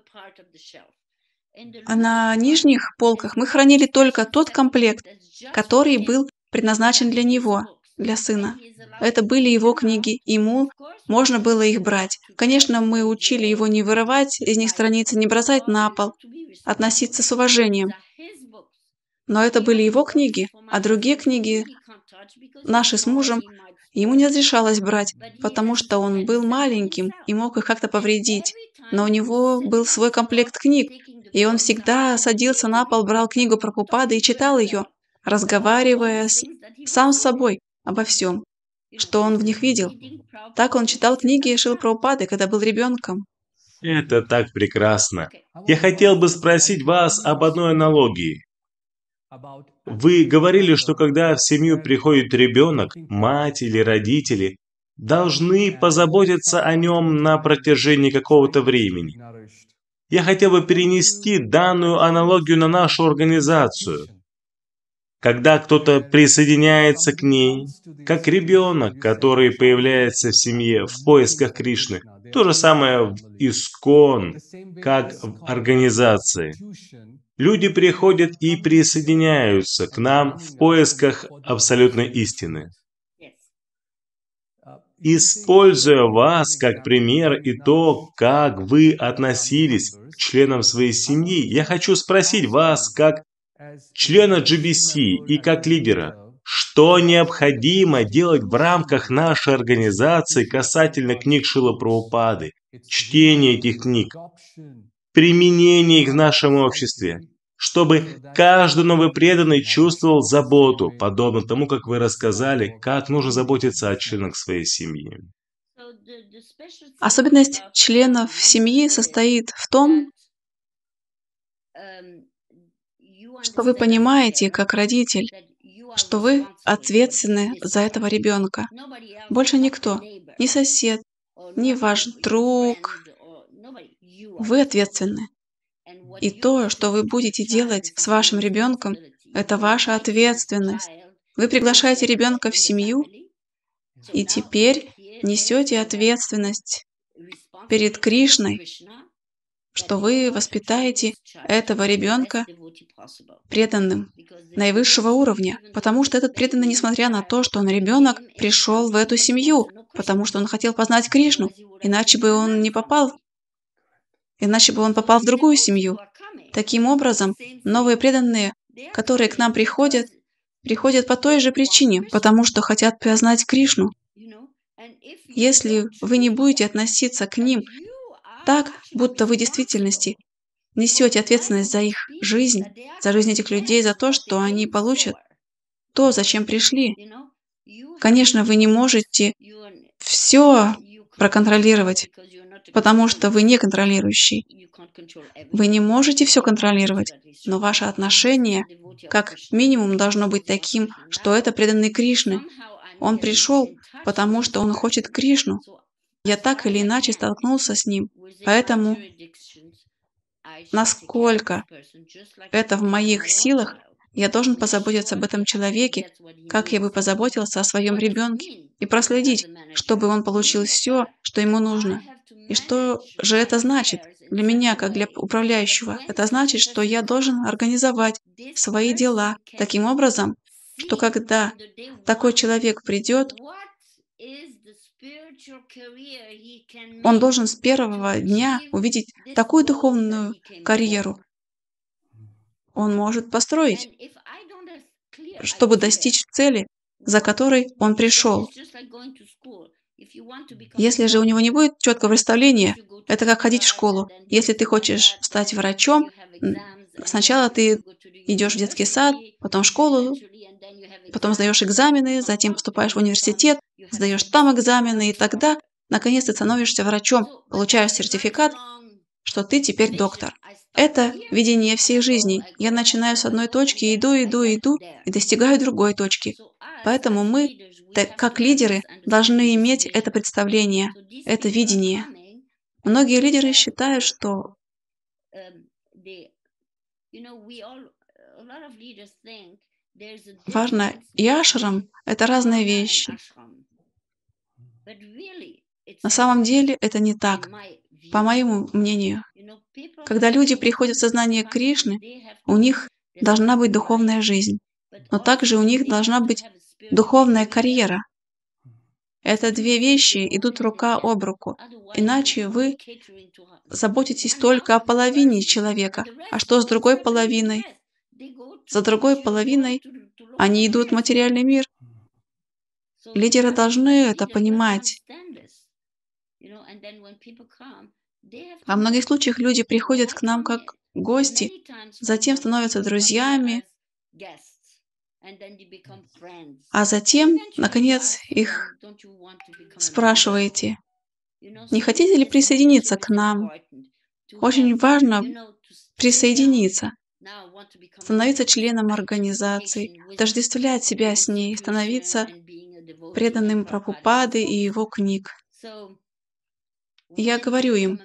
А на нижних полках мы хранили только тот комплект, который был предназначен для него, для сына. Это были его книги, ему можно было их брать. Конечно, мы учили его не вырывать из них страницы, не бросать на пол, относиться с уважением. Но это были его книги, а другие книги, наши с мужем, ему не разрешалось брать, потому что он был маленьким и мог их как-то повредить. Но у него был свой комплект книг, и он всегда садился на пол, брал книгу Прабхупады и читал ее, разговаривая с, сам с собой обо всем, что он в них видел. Так он читал книги Шрилы Прабхупады, когда был ребенком. Это так прекрасно. Я хотел бы спросить вас об одной аналогии. Вы говорили, что когда в семью приходит ребенок, мать или родители должны позаботиться о нем на протяжении какого-то времени. Я хотел бы перенести данную аналогию на нашу организацию. Когда кто-то присоединяется к ней, как ребенок, который появляется в семье в поисках Кришны, то же самое в Искон, как в организации. Люди приходят и присоединяются к нам в поисках абсолютной истины. Используя вас как пример и то, как вы относились к членам своей семьи, я хочу спросить вас, как члена джи би си и как лидера, что необходимо делать в рамках нашей организации касательно книг Шрилы Прабхупады, чтения этих книг, применение их в нашем обществе, чтобы каждый новый преданный чувствовал заботу, подобно тому, как вы рассказали, как нужно заботиться о членах своей семьи. Особенность членов семьи состоит в том, что вы понимаете, как родитель, что вы ответственны за этого ребенка. Больше никто, ни сосед, ни ваш друг. Вы ответственны. И то, что вы будете делать с вашим ребенком, это ваша ответственность. Вы приглашаете ребенка в семью, и теперь несете ответственность перед Кришной, что вы воспитаете этого ребенка преданным наивысшего уровня, потому что этот преданный, несмотря на то, что он ребенок, пришел в эту семью, потому что он хотел познать Кришну, иначе бы он не попал, иначе бы он попал в другую семью. Таким образом, новые преданные, которые к нам приходят, приходят по той же причине, потому что хотят познать Кришну. Если вы не будете относиться к ним так, будто вы в действительности несете ответственность за их жизнь, за жизнь этих людей, за то, что они получат то, зачем пришли. Конечно, вы не можете все проконтролировать, потому что вы не контролирующий. Вы не можете все контролировать, но ваше отношение как минимум должно быть таким, что это преданный Кришне. Он пришел, потому что он хочет Кришну. Я так или иначе столкнулся с ним, поэтому насколько это в моих силах, я должен позаботиться об этом человеке, как я бы позаботился о своем ребенке, и проследить, чтобы он получил все, что ему нужно. И что же это значит для меня, как для управляющего? Это значит, что я должен организовать свои дела таким образом, что когда такой человек придет, он должен с первого дня увидеть такую духовную карьеру, он может построить, чтобы достичь цели, за которой он пришел. Если же у него не будет четкого представления, это как ходить в школу. Если ты хочешь стать врачом, сначала ты идешь в детский сад, потом в школу, потом сдаешь экзамены, затем поступаешь в университет, сдаешь там экзамены, и тогда, наконец, ты становишься врачом, получаешь сертификат, что ты теперь доктор. Это видение всей жизни. Я начинаю с одной точки, иду, иду, иду, и достигаю другой точки. Поэтому мы, как лидеры, должны иметь это представление, это видение. Многие лидеры считают, что важно и ашрам — это разные вещи. На самом деле это не так, по моему мнению. Когда люди приходят в сознание Кришны, у них должна быть духовная жизнь, но также у них должна быть духовная карьера. Это две вещи идут рука об руку, иначе вы заботитесь только о половине человека. А что с другой половиной? За другой половиной они идут в материальный мир. Лидеры должны это понимать. Во многих случаях люди приходят к нам как гости, затем становятся друзьями, а затем, наконец, их спрашиваете, не хотите ли присоединиться к нам? Очень важно присоединиться, становиться членом организации, отождествлять себя с ней, становиться преданным Прабхупады и его книг. Я говорю им,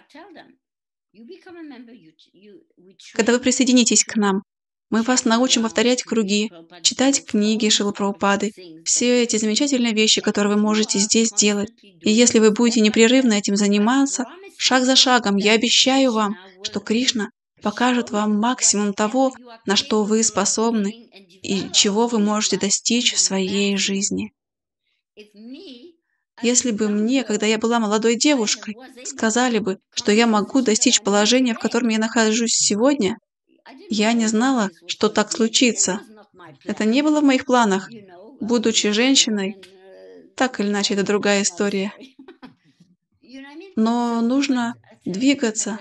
когда вы присоединитесь к нам, мы вас научим повторять круги, читать книги Шрилы Прабхупады, все эти замечательные вещи, которые вы можете здесь делать. И если вы будете непрерывно этим заниматься, шаг за шагом, я обещаю вам, что Кришна покажет вам максимум того, на что вы способны и чего вы можете достичь в своей жизни. Если бы мне, когда я была молодой девушкой, сказали бы, что я могу достичь положения, в котором я нахожусь сегодня, я не знала, что так случится. Это не было в моих планах. Будучи женщиной, так или иначе, это другая история. Но нужно двигаться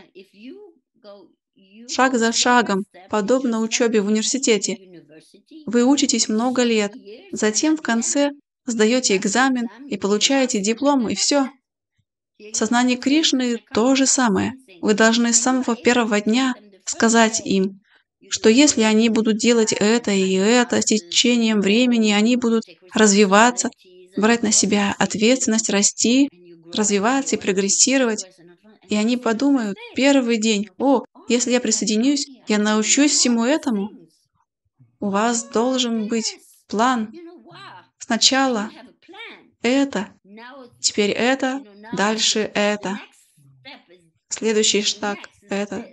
шаг за шагом, подобно учебе в университете. Вы учитесь много лет, затем в конце сдаете экзамен и получаете диплом, и все. В сознании Кришны то же самое. Вы должны с самого первого дня сказать им, что если они будут делать это и это, с течением времени они будут развиваться, брать на себя ответственность, расти, развиваться и прогрессировать. И они подумают первый день, о, если я присоединюсь, я научусь всему этому. У вас должен быть план. Сначала это, теперь это, дальше это. Следующий шаг — это.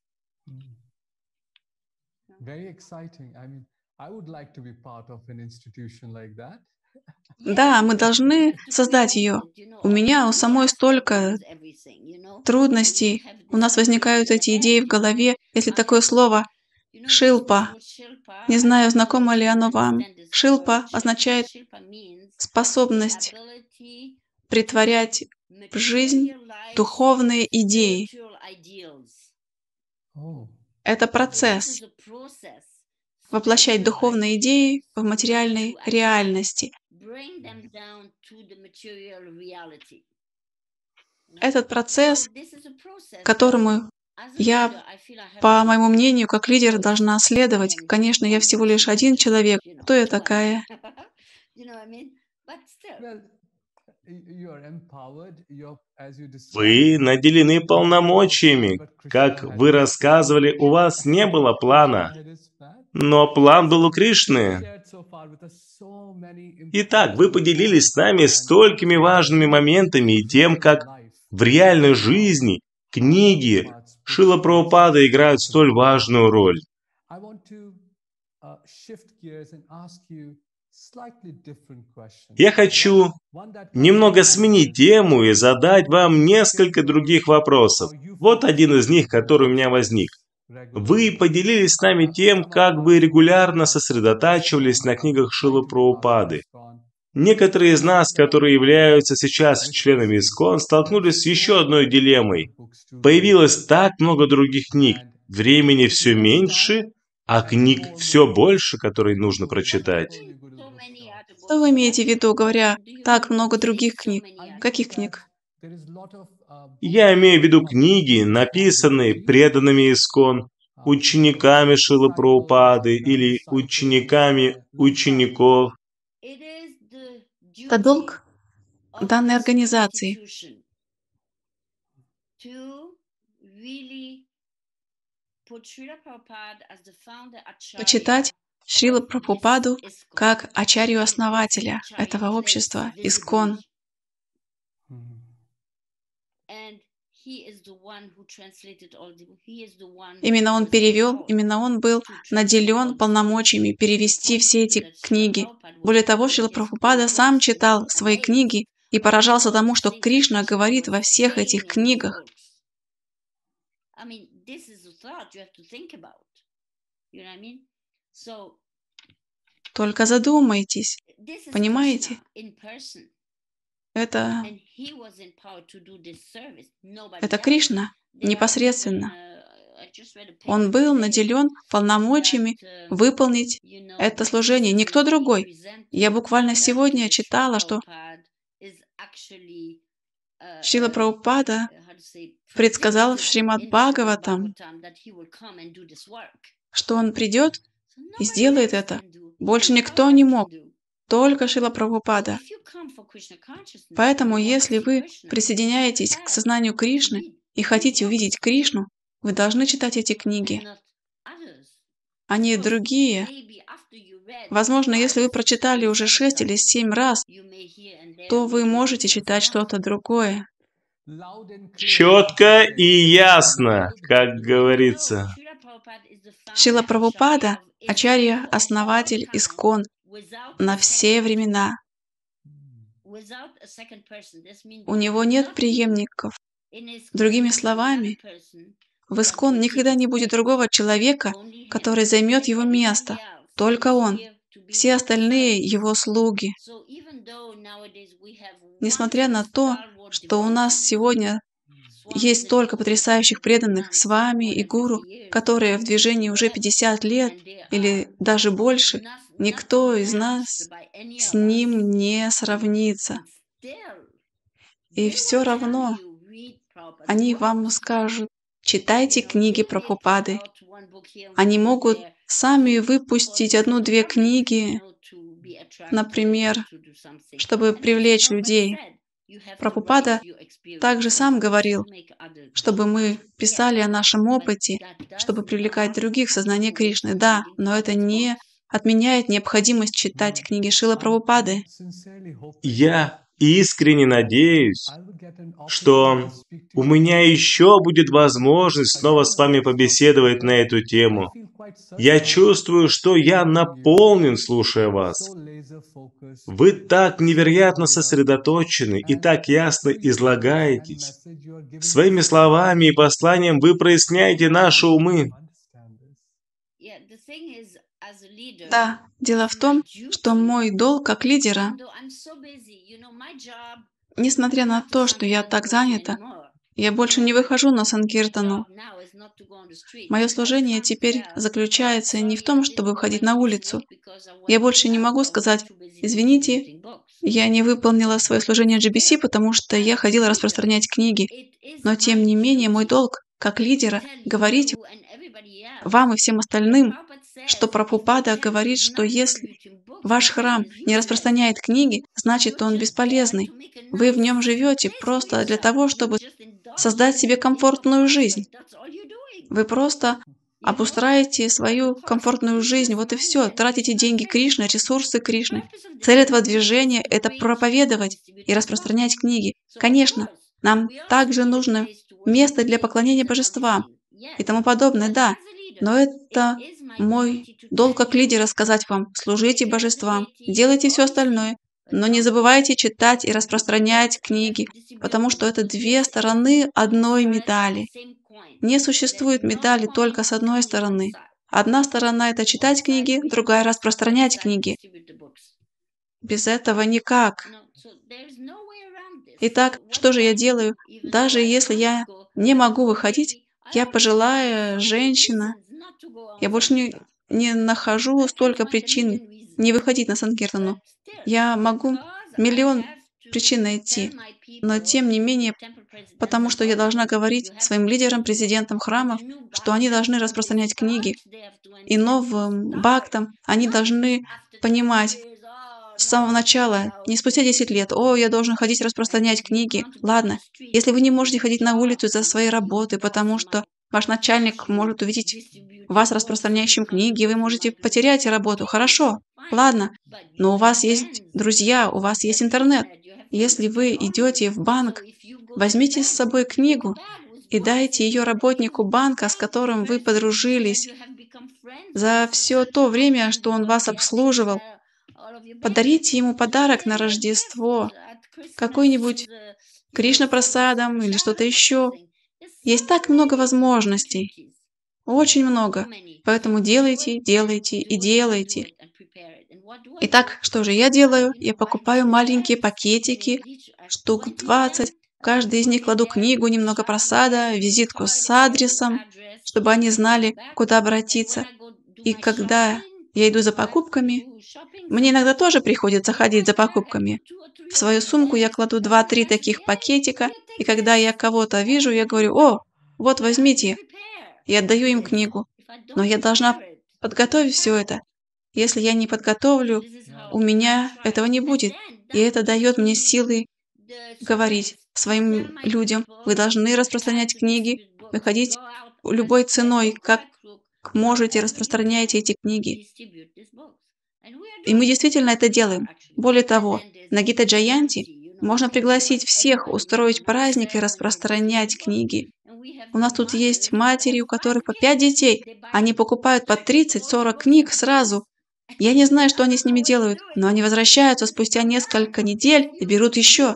Да, мы должны создать ее. У меня у самой столько трудностей. У нас возникают эти идеи в голове, если такое слово «шилпа». Не знаю, знакомо ли оно вам. Шилпа означает способность претворять в жизнь духовные идеи. Это процесс. Воплощать духовные идеи в материальной реальности. Этот процесс, которому я, по моему мнению, как лидер должна следовать. Конечно, я всего лишь один человек. Кто я такая? Вы наделены полномочиями. Как вы рассказывали, у вас не было плана, но план был у Кришны. Итак, вы поделились с нами столькими важными моментами и тем, как в реальной жизни книги Шрила Прабхупады играют столь важную роль. Я хочу немного сменить тему и задать вам несколько других вопросов. Вот один из них, который у меня возник. Вы поделились с нами тем, как вы регулярно сосредотачивались на книгах Шрилы Прабхупады. Некоторые из нас, которые являются сейчас членами ИСККОН, столкнулись с еще одной дилеммой. Появилось так много других книг, времени все меньше, а книг все больше, которые нужно прочитать. Что вы имеете в виду, говоря так много других книг? Каких книг? Я имею в виду книги, написанные преданными ИСККОН, учениками Шрилы Прабхупады или учениками учеников. Это долг данной организации. Почитать Шрилу Прабхупаду как ачарью-основателя этого общества, ИСККОН. Именно он перевел, именно он был наделен полномочиями перевести все эти книги. Более того, Шрила Прабхупада сам читал свои книги и поражался тому, что Кришна говорит во всех этих книгах. Только задумайтесь, понимаете? Это, это Кришна непосредственно. Он был наделен полномочиями выполнить это служение. Никто другой. Я буквально сегодня читала, что Шрила Прабхупада предсказал в Шримад Бхагаватам, что он придет и сделает это. Больше никто не мог. Только Шрила Прабхупада. Поэтому, если вы присоединяетесь к сознанию Кришны и хотите увидеть Кришну, вы должны читать эти книги, а не другие. Возможно, если вы прочитали уже шесть или семь раз, то вы можете читать что-то другое. Четко и ясно, как говорится. Шрила Прабхупада — ачарья, основатель ИСККОН на все времена. У него нет преемников. Другими словами, в ИСККОН никогда не будет другого человека, который займет его место. Только он. Все остальные его слуги. Несмотря на то, что у нас сегодня есть столько потрясающих преданных с вами и гуру, которые в движении уже пятьдесят лет или даже больше, никто из нас с ним не сравнится. И все равно они вам скажут: читайте книги Прабхупады. Они могут сами выпустить одну-две книги, например, чтобы привлечь людей. Прабхупада также сам говорил, чтобы мы писали о нашем опыте, чтобы привлекать других в сознание Кришны. Да, но это не отменяет необходимость читать книги Шрилы Прабхупады. Я искренне надеюсь, что у меня еще будет возможность снова с вами побеседовать на эту тему. Я чувствую, что я наполнен, слушая вас. Вы так невероятно сосредоточены и так ясно излагаетесь. Своими словами и посланием вы проясняете наши умы. Да, дело в том, что мой долг как лидера, несмотря на то, что я так занята, я больше не выхожу на Санкиртану. Мое служение теперь заключается не в том, чтобы выходить на улицу. Я больше не могу сказать: «Извините, я не выполнила свое служение джи би си, потому что я ходила распространять книги». Но тем не менее, мой долг как лидера говорить вам и всем остальным, что Прабхупада говорит, что если ваш храм не распространяет книги, значит, он бесполезный. Вы в нем живете просто для того, чтобы создать себе комфортную жизнь. Вы просто обустраиваете свою комфортную жизнь, вот и все. Тратите деньги Кришны, ресурсы Кришны. Цель этого движения — это проповедовать и распространять книги. Конечно, нам также нужно место для поклонения божествам и тому подобное, да. Но это мой долг как лидера сказать вам: служите божествам, делайте все остальное, но не забывайте читать и распространять книги, потому что это две стороны одной медали. Не существует медали только с одной стороны. Одна сторона — это читать книги, другая — распространять книги. Без этого никак. Итак, что же я делаю? Даже если я не могу выходить, я пожилая женщина, я больше не, не нахожу столько причин не выходить на Санкиртану. Я могу миллион причин найти, но тем не менее, потому что я должна говорить своим лидерам, президентам храмов, что они должны распространять книги, и новым бхактам они должны понимать с самого начала, не спустя десять лет: «О, я должен ходить распространять книги». Ладно, если вы не можете ходить на улицу из-за своей работы, потому что ваш начальник может увидеть вас распространяющим книги, вы можете потерять работу, хорошо, ладно, но у вас есть друзья, у вас есть интернет. Если вы идете в банк, возьмите с собой книгу и дайте ее работнику банка, с которым вы подружились за все то время, что он вас обслуживал. Подарите ему подарок на Рождество, какой-нибудь Кришна Прасадам или что-то еще. Есть так много возможностей, очень много. Поэтому делайте, делайте и делайте. Итак, что же я делаю? Я покупаю маленькие пакетики, штук двадцать. В каждый из них кладу книгу, немного просада, визитку с адресом, чтобы они знали, куда обратиться. И когда я иду за покупками, мне иногда тоже приходится ходить за покупками. В свою сумку я кладу два-три таких пакетика, и когда я кого-то вижу, я говорю: «О, вот возьмите», и отдаю им книгу. Но я должна подготовить все это. Если я не подготовлю, у меня этого не будет. И это дает мне силы говорить своим людям: вы должны распространять книги, выходить любой ценой, как можете, распространяйте эти книги. И мы действительно это делаем. Более того, на Гита Джаянти можно пригласить всех устроить праздник и распространять книги. У нас тут есть матери, у которых по пять детей. Они покупают по тридцать-сорок книг сразу. Я не знаю, что они с ними делают, но они возвращаются спустя несколько недель и берут еще.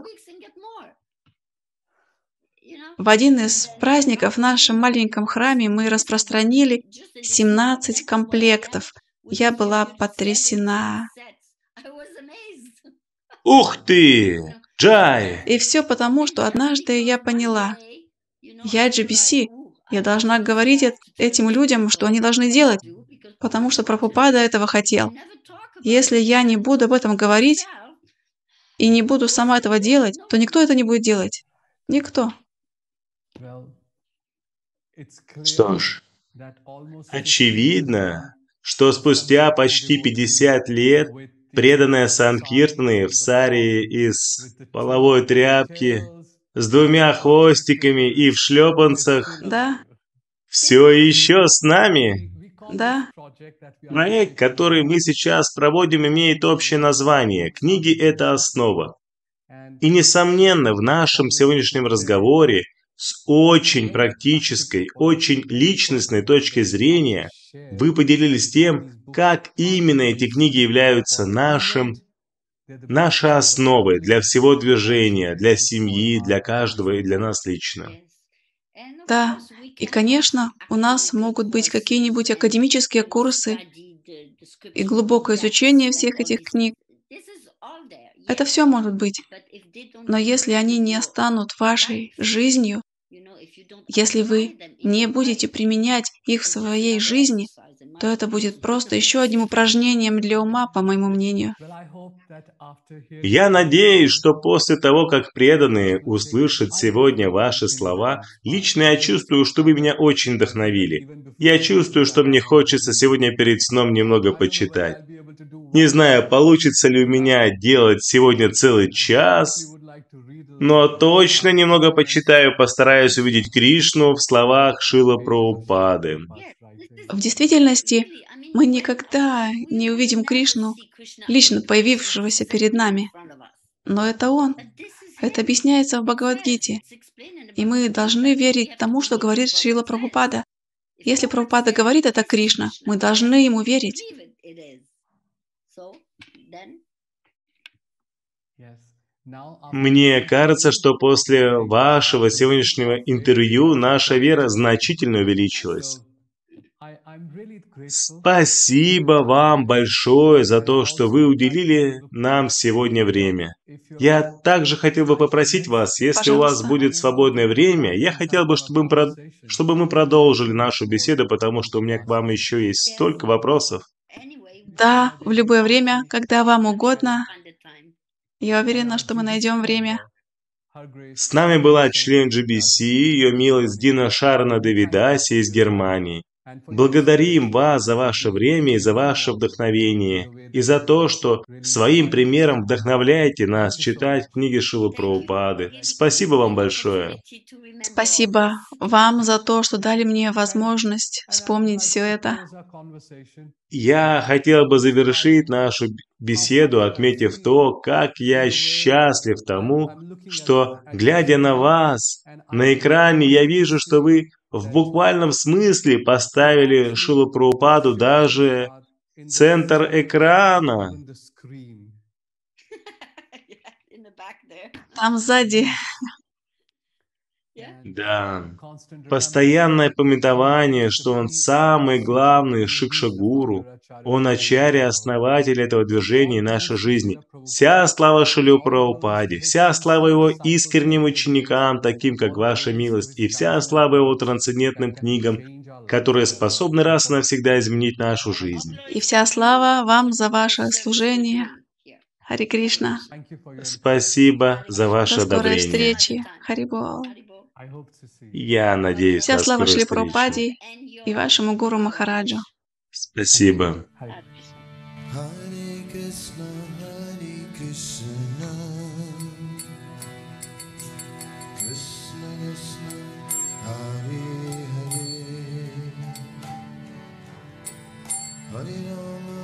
В один из праздников в нашем маленьком храме мы распространили семнадцать комплектов. Я была потрясена. Ух ты! Джай! И все потому, что однажды я поняла: я джи би си, я должна говорить этим людям, что они должны делать, потому что Прабхупада этого хотел. Если я не буду об этом говорить и не буду сама этого делать, то никто это не будет делать. Никто. Что ж, очевидно, что спустя почти пятьдесят лет преданные Санкиртаны в саре из половой тряпки, с двумя хвостиками и в шлепанцах, Да, все еще с нами. да, Проект, который мы сейчас проводим, имеет общее название «Книги — это основа». И, несомненно, в нашем сегодняшнем разговоре с очень практической, очень личностной точки зрения вы поделились тем, как именно эти книги являются нашим, нашей основой для всего движения, для семьи, для каждого и для нас лично. да. И, конечно, у нас могут быть какие-нибудь академические курсы, и глубокое изучение всех этих книг. Это все может быть. Но если они не станут вашей жизнью, если вы не будете применять их в своей жизни, то это будет просто еще одним упражнением для ума, по моему мнению. Я надеюсь, что после того, как преданные услышат сегодня ваши слова, лично я чувствую, что вы меня очень вдохновили. Я чувствую, что мне хочется сегодня перед сном немного почитать. Не знаю, получится ли у меня делать сегодня целый час, но точно немного почитаю, постараюсь увидеть Кришну в словах Шрилы Прабхупады. В действительности, мы никогда не увидим Кришну, лично появившегося перед нами. Но это Он. Это объясняется в Бхагавад-гите. И мы должны верить тому, что говорит Шрила Прабхупада. Если Прабхупада говорит это Кришна, мы должны ему верить. Мне кажется, что после вашего сегодняшнего интервью наша вера значительно увеличилась. Спасибо вам большое за то, что вы уделили нам сегодня время. Я также хотел бы попросить вас, если у вас Пожалуйста. будет свободное время, я хотел бы, чтобы мы, про- чтобы мы продолжили нашу беседу, потому что у меня к вам еще есть столько вопросов. Да, в любое время, когда вам угодно. Я уверена, что мы найдем время. С нами была член джи би си, ее милость Дина Шарна Девидаси из Германии. Благодарим вас за ваше время и за ваше вдохновение, и за то, что своим примером вдохновляете нас читать книги Шрилы Прабхупады. Спасибо вам большое. Спасибо вам за то, что дали мне возможность вспомнить все это. Я хотел бы завершить нашу беседу, отметив то, как я счастлив тому, что, глядя на вас на экране, я вижу, что вы в буквальном смысле поставили Шрилу Прабхупаду даже в центр экрана. Там сзади. Да, постоянное памятование, что он самый главный Шикша-гуру, он ачарья, основатель этого движения и нашей жизни. Вся слава Шриле Прабхупаде, вся слава его искренним ученикам, таким как ваша милость, и вся слава его трансцендентным книгам, которые способны раз и навсегда изменить нашу жизнь. И вся слава вам за ваше служение. Хари Кришна. Спасибо за ваше До скорой одобрение. встречи. Харибол. Я надеюсь Вся на слава скорую Шри встречу. Прабхупаде и вашему гуру Махараджу. Спасибо. Hare Krishna, Hare Krishna, Krishna Krishna, Hare Hare, Hare Rama.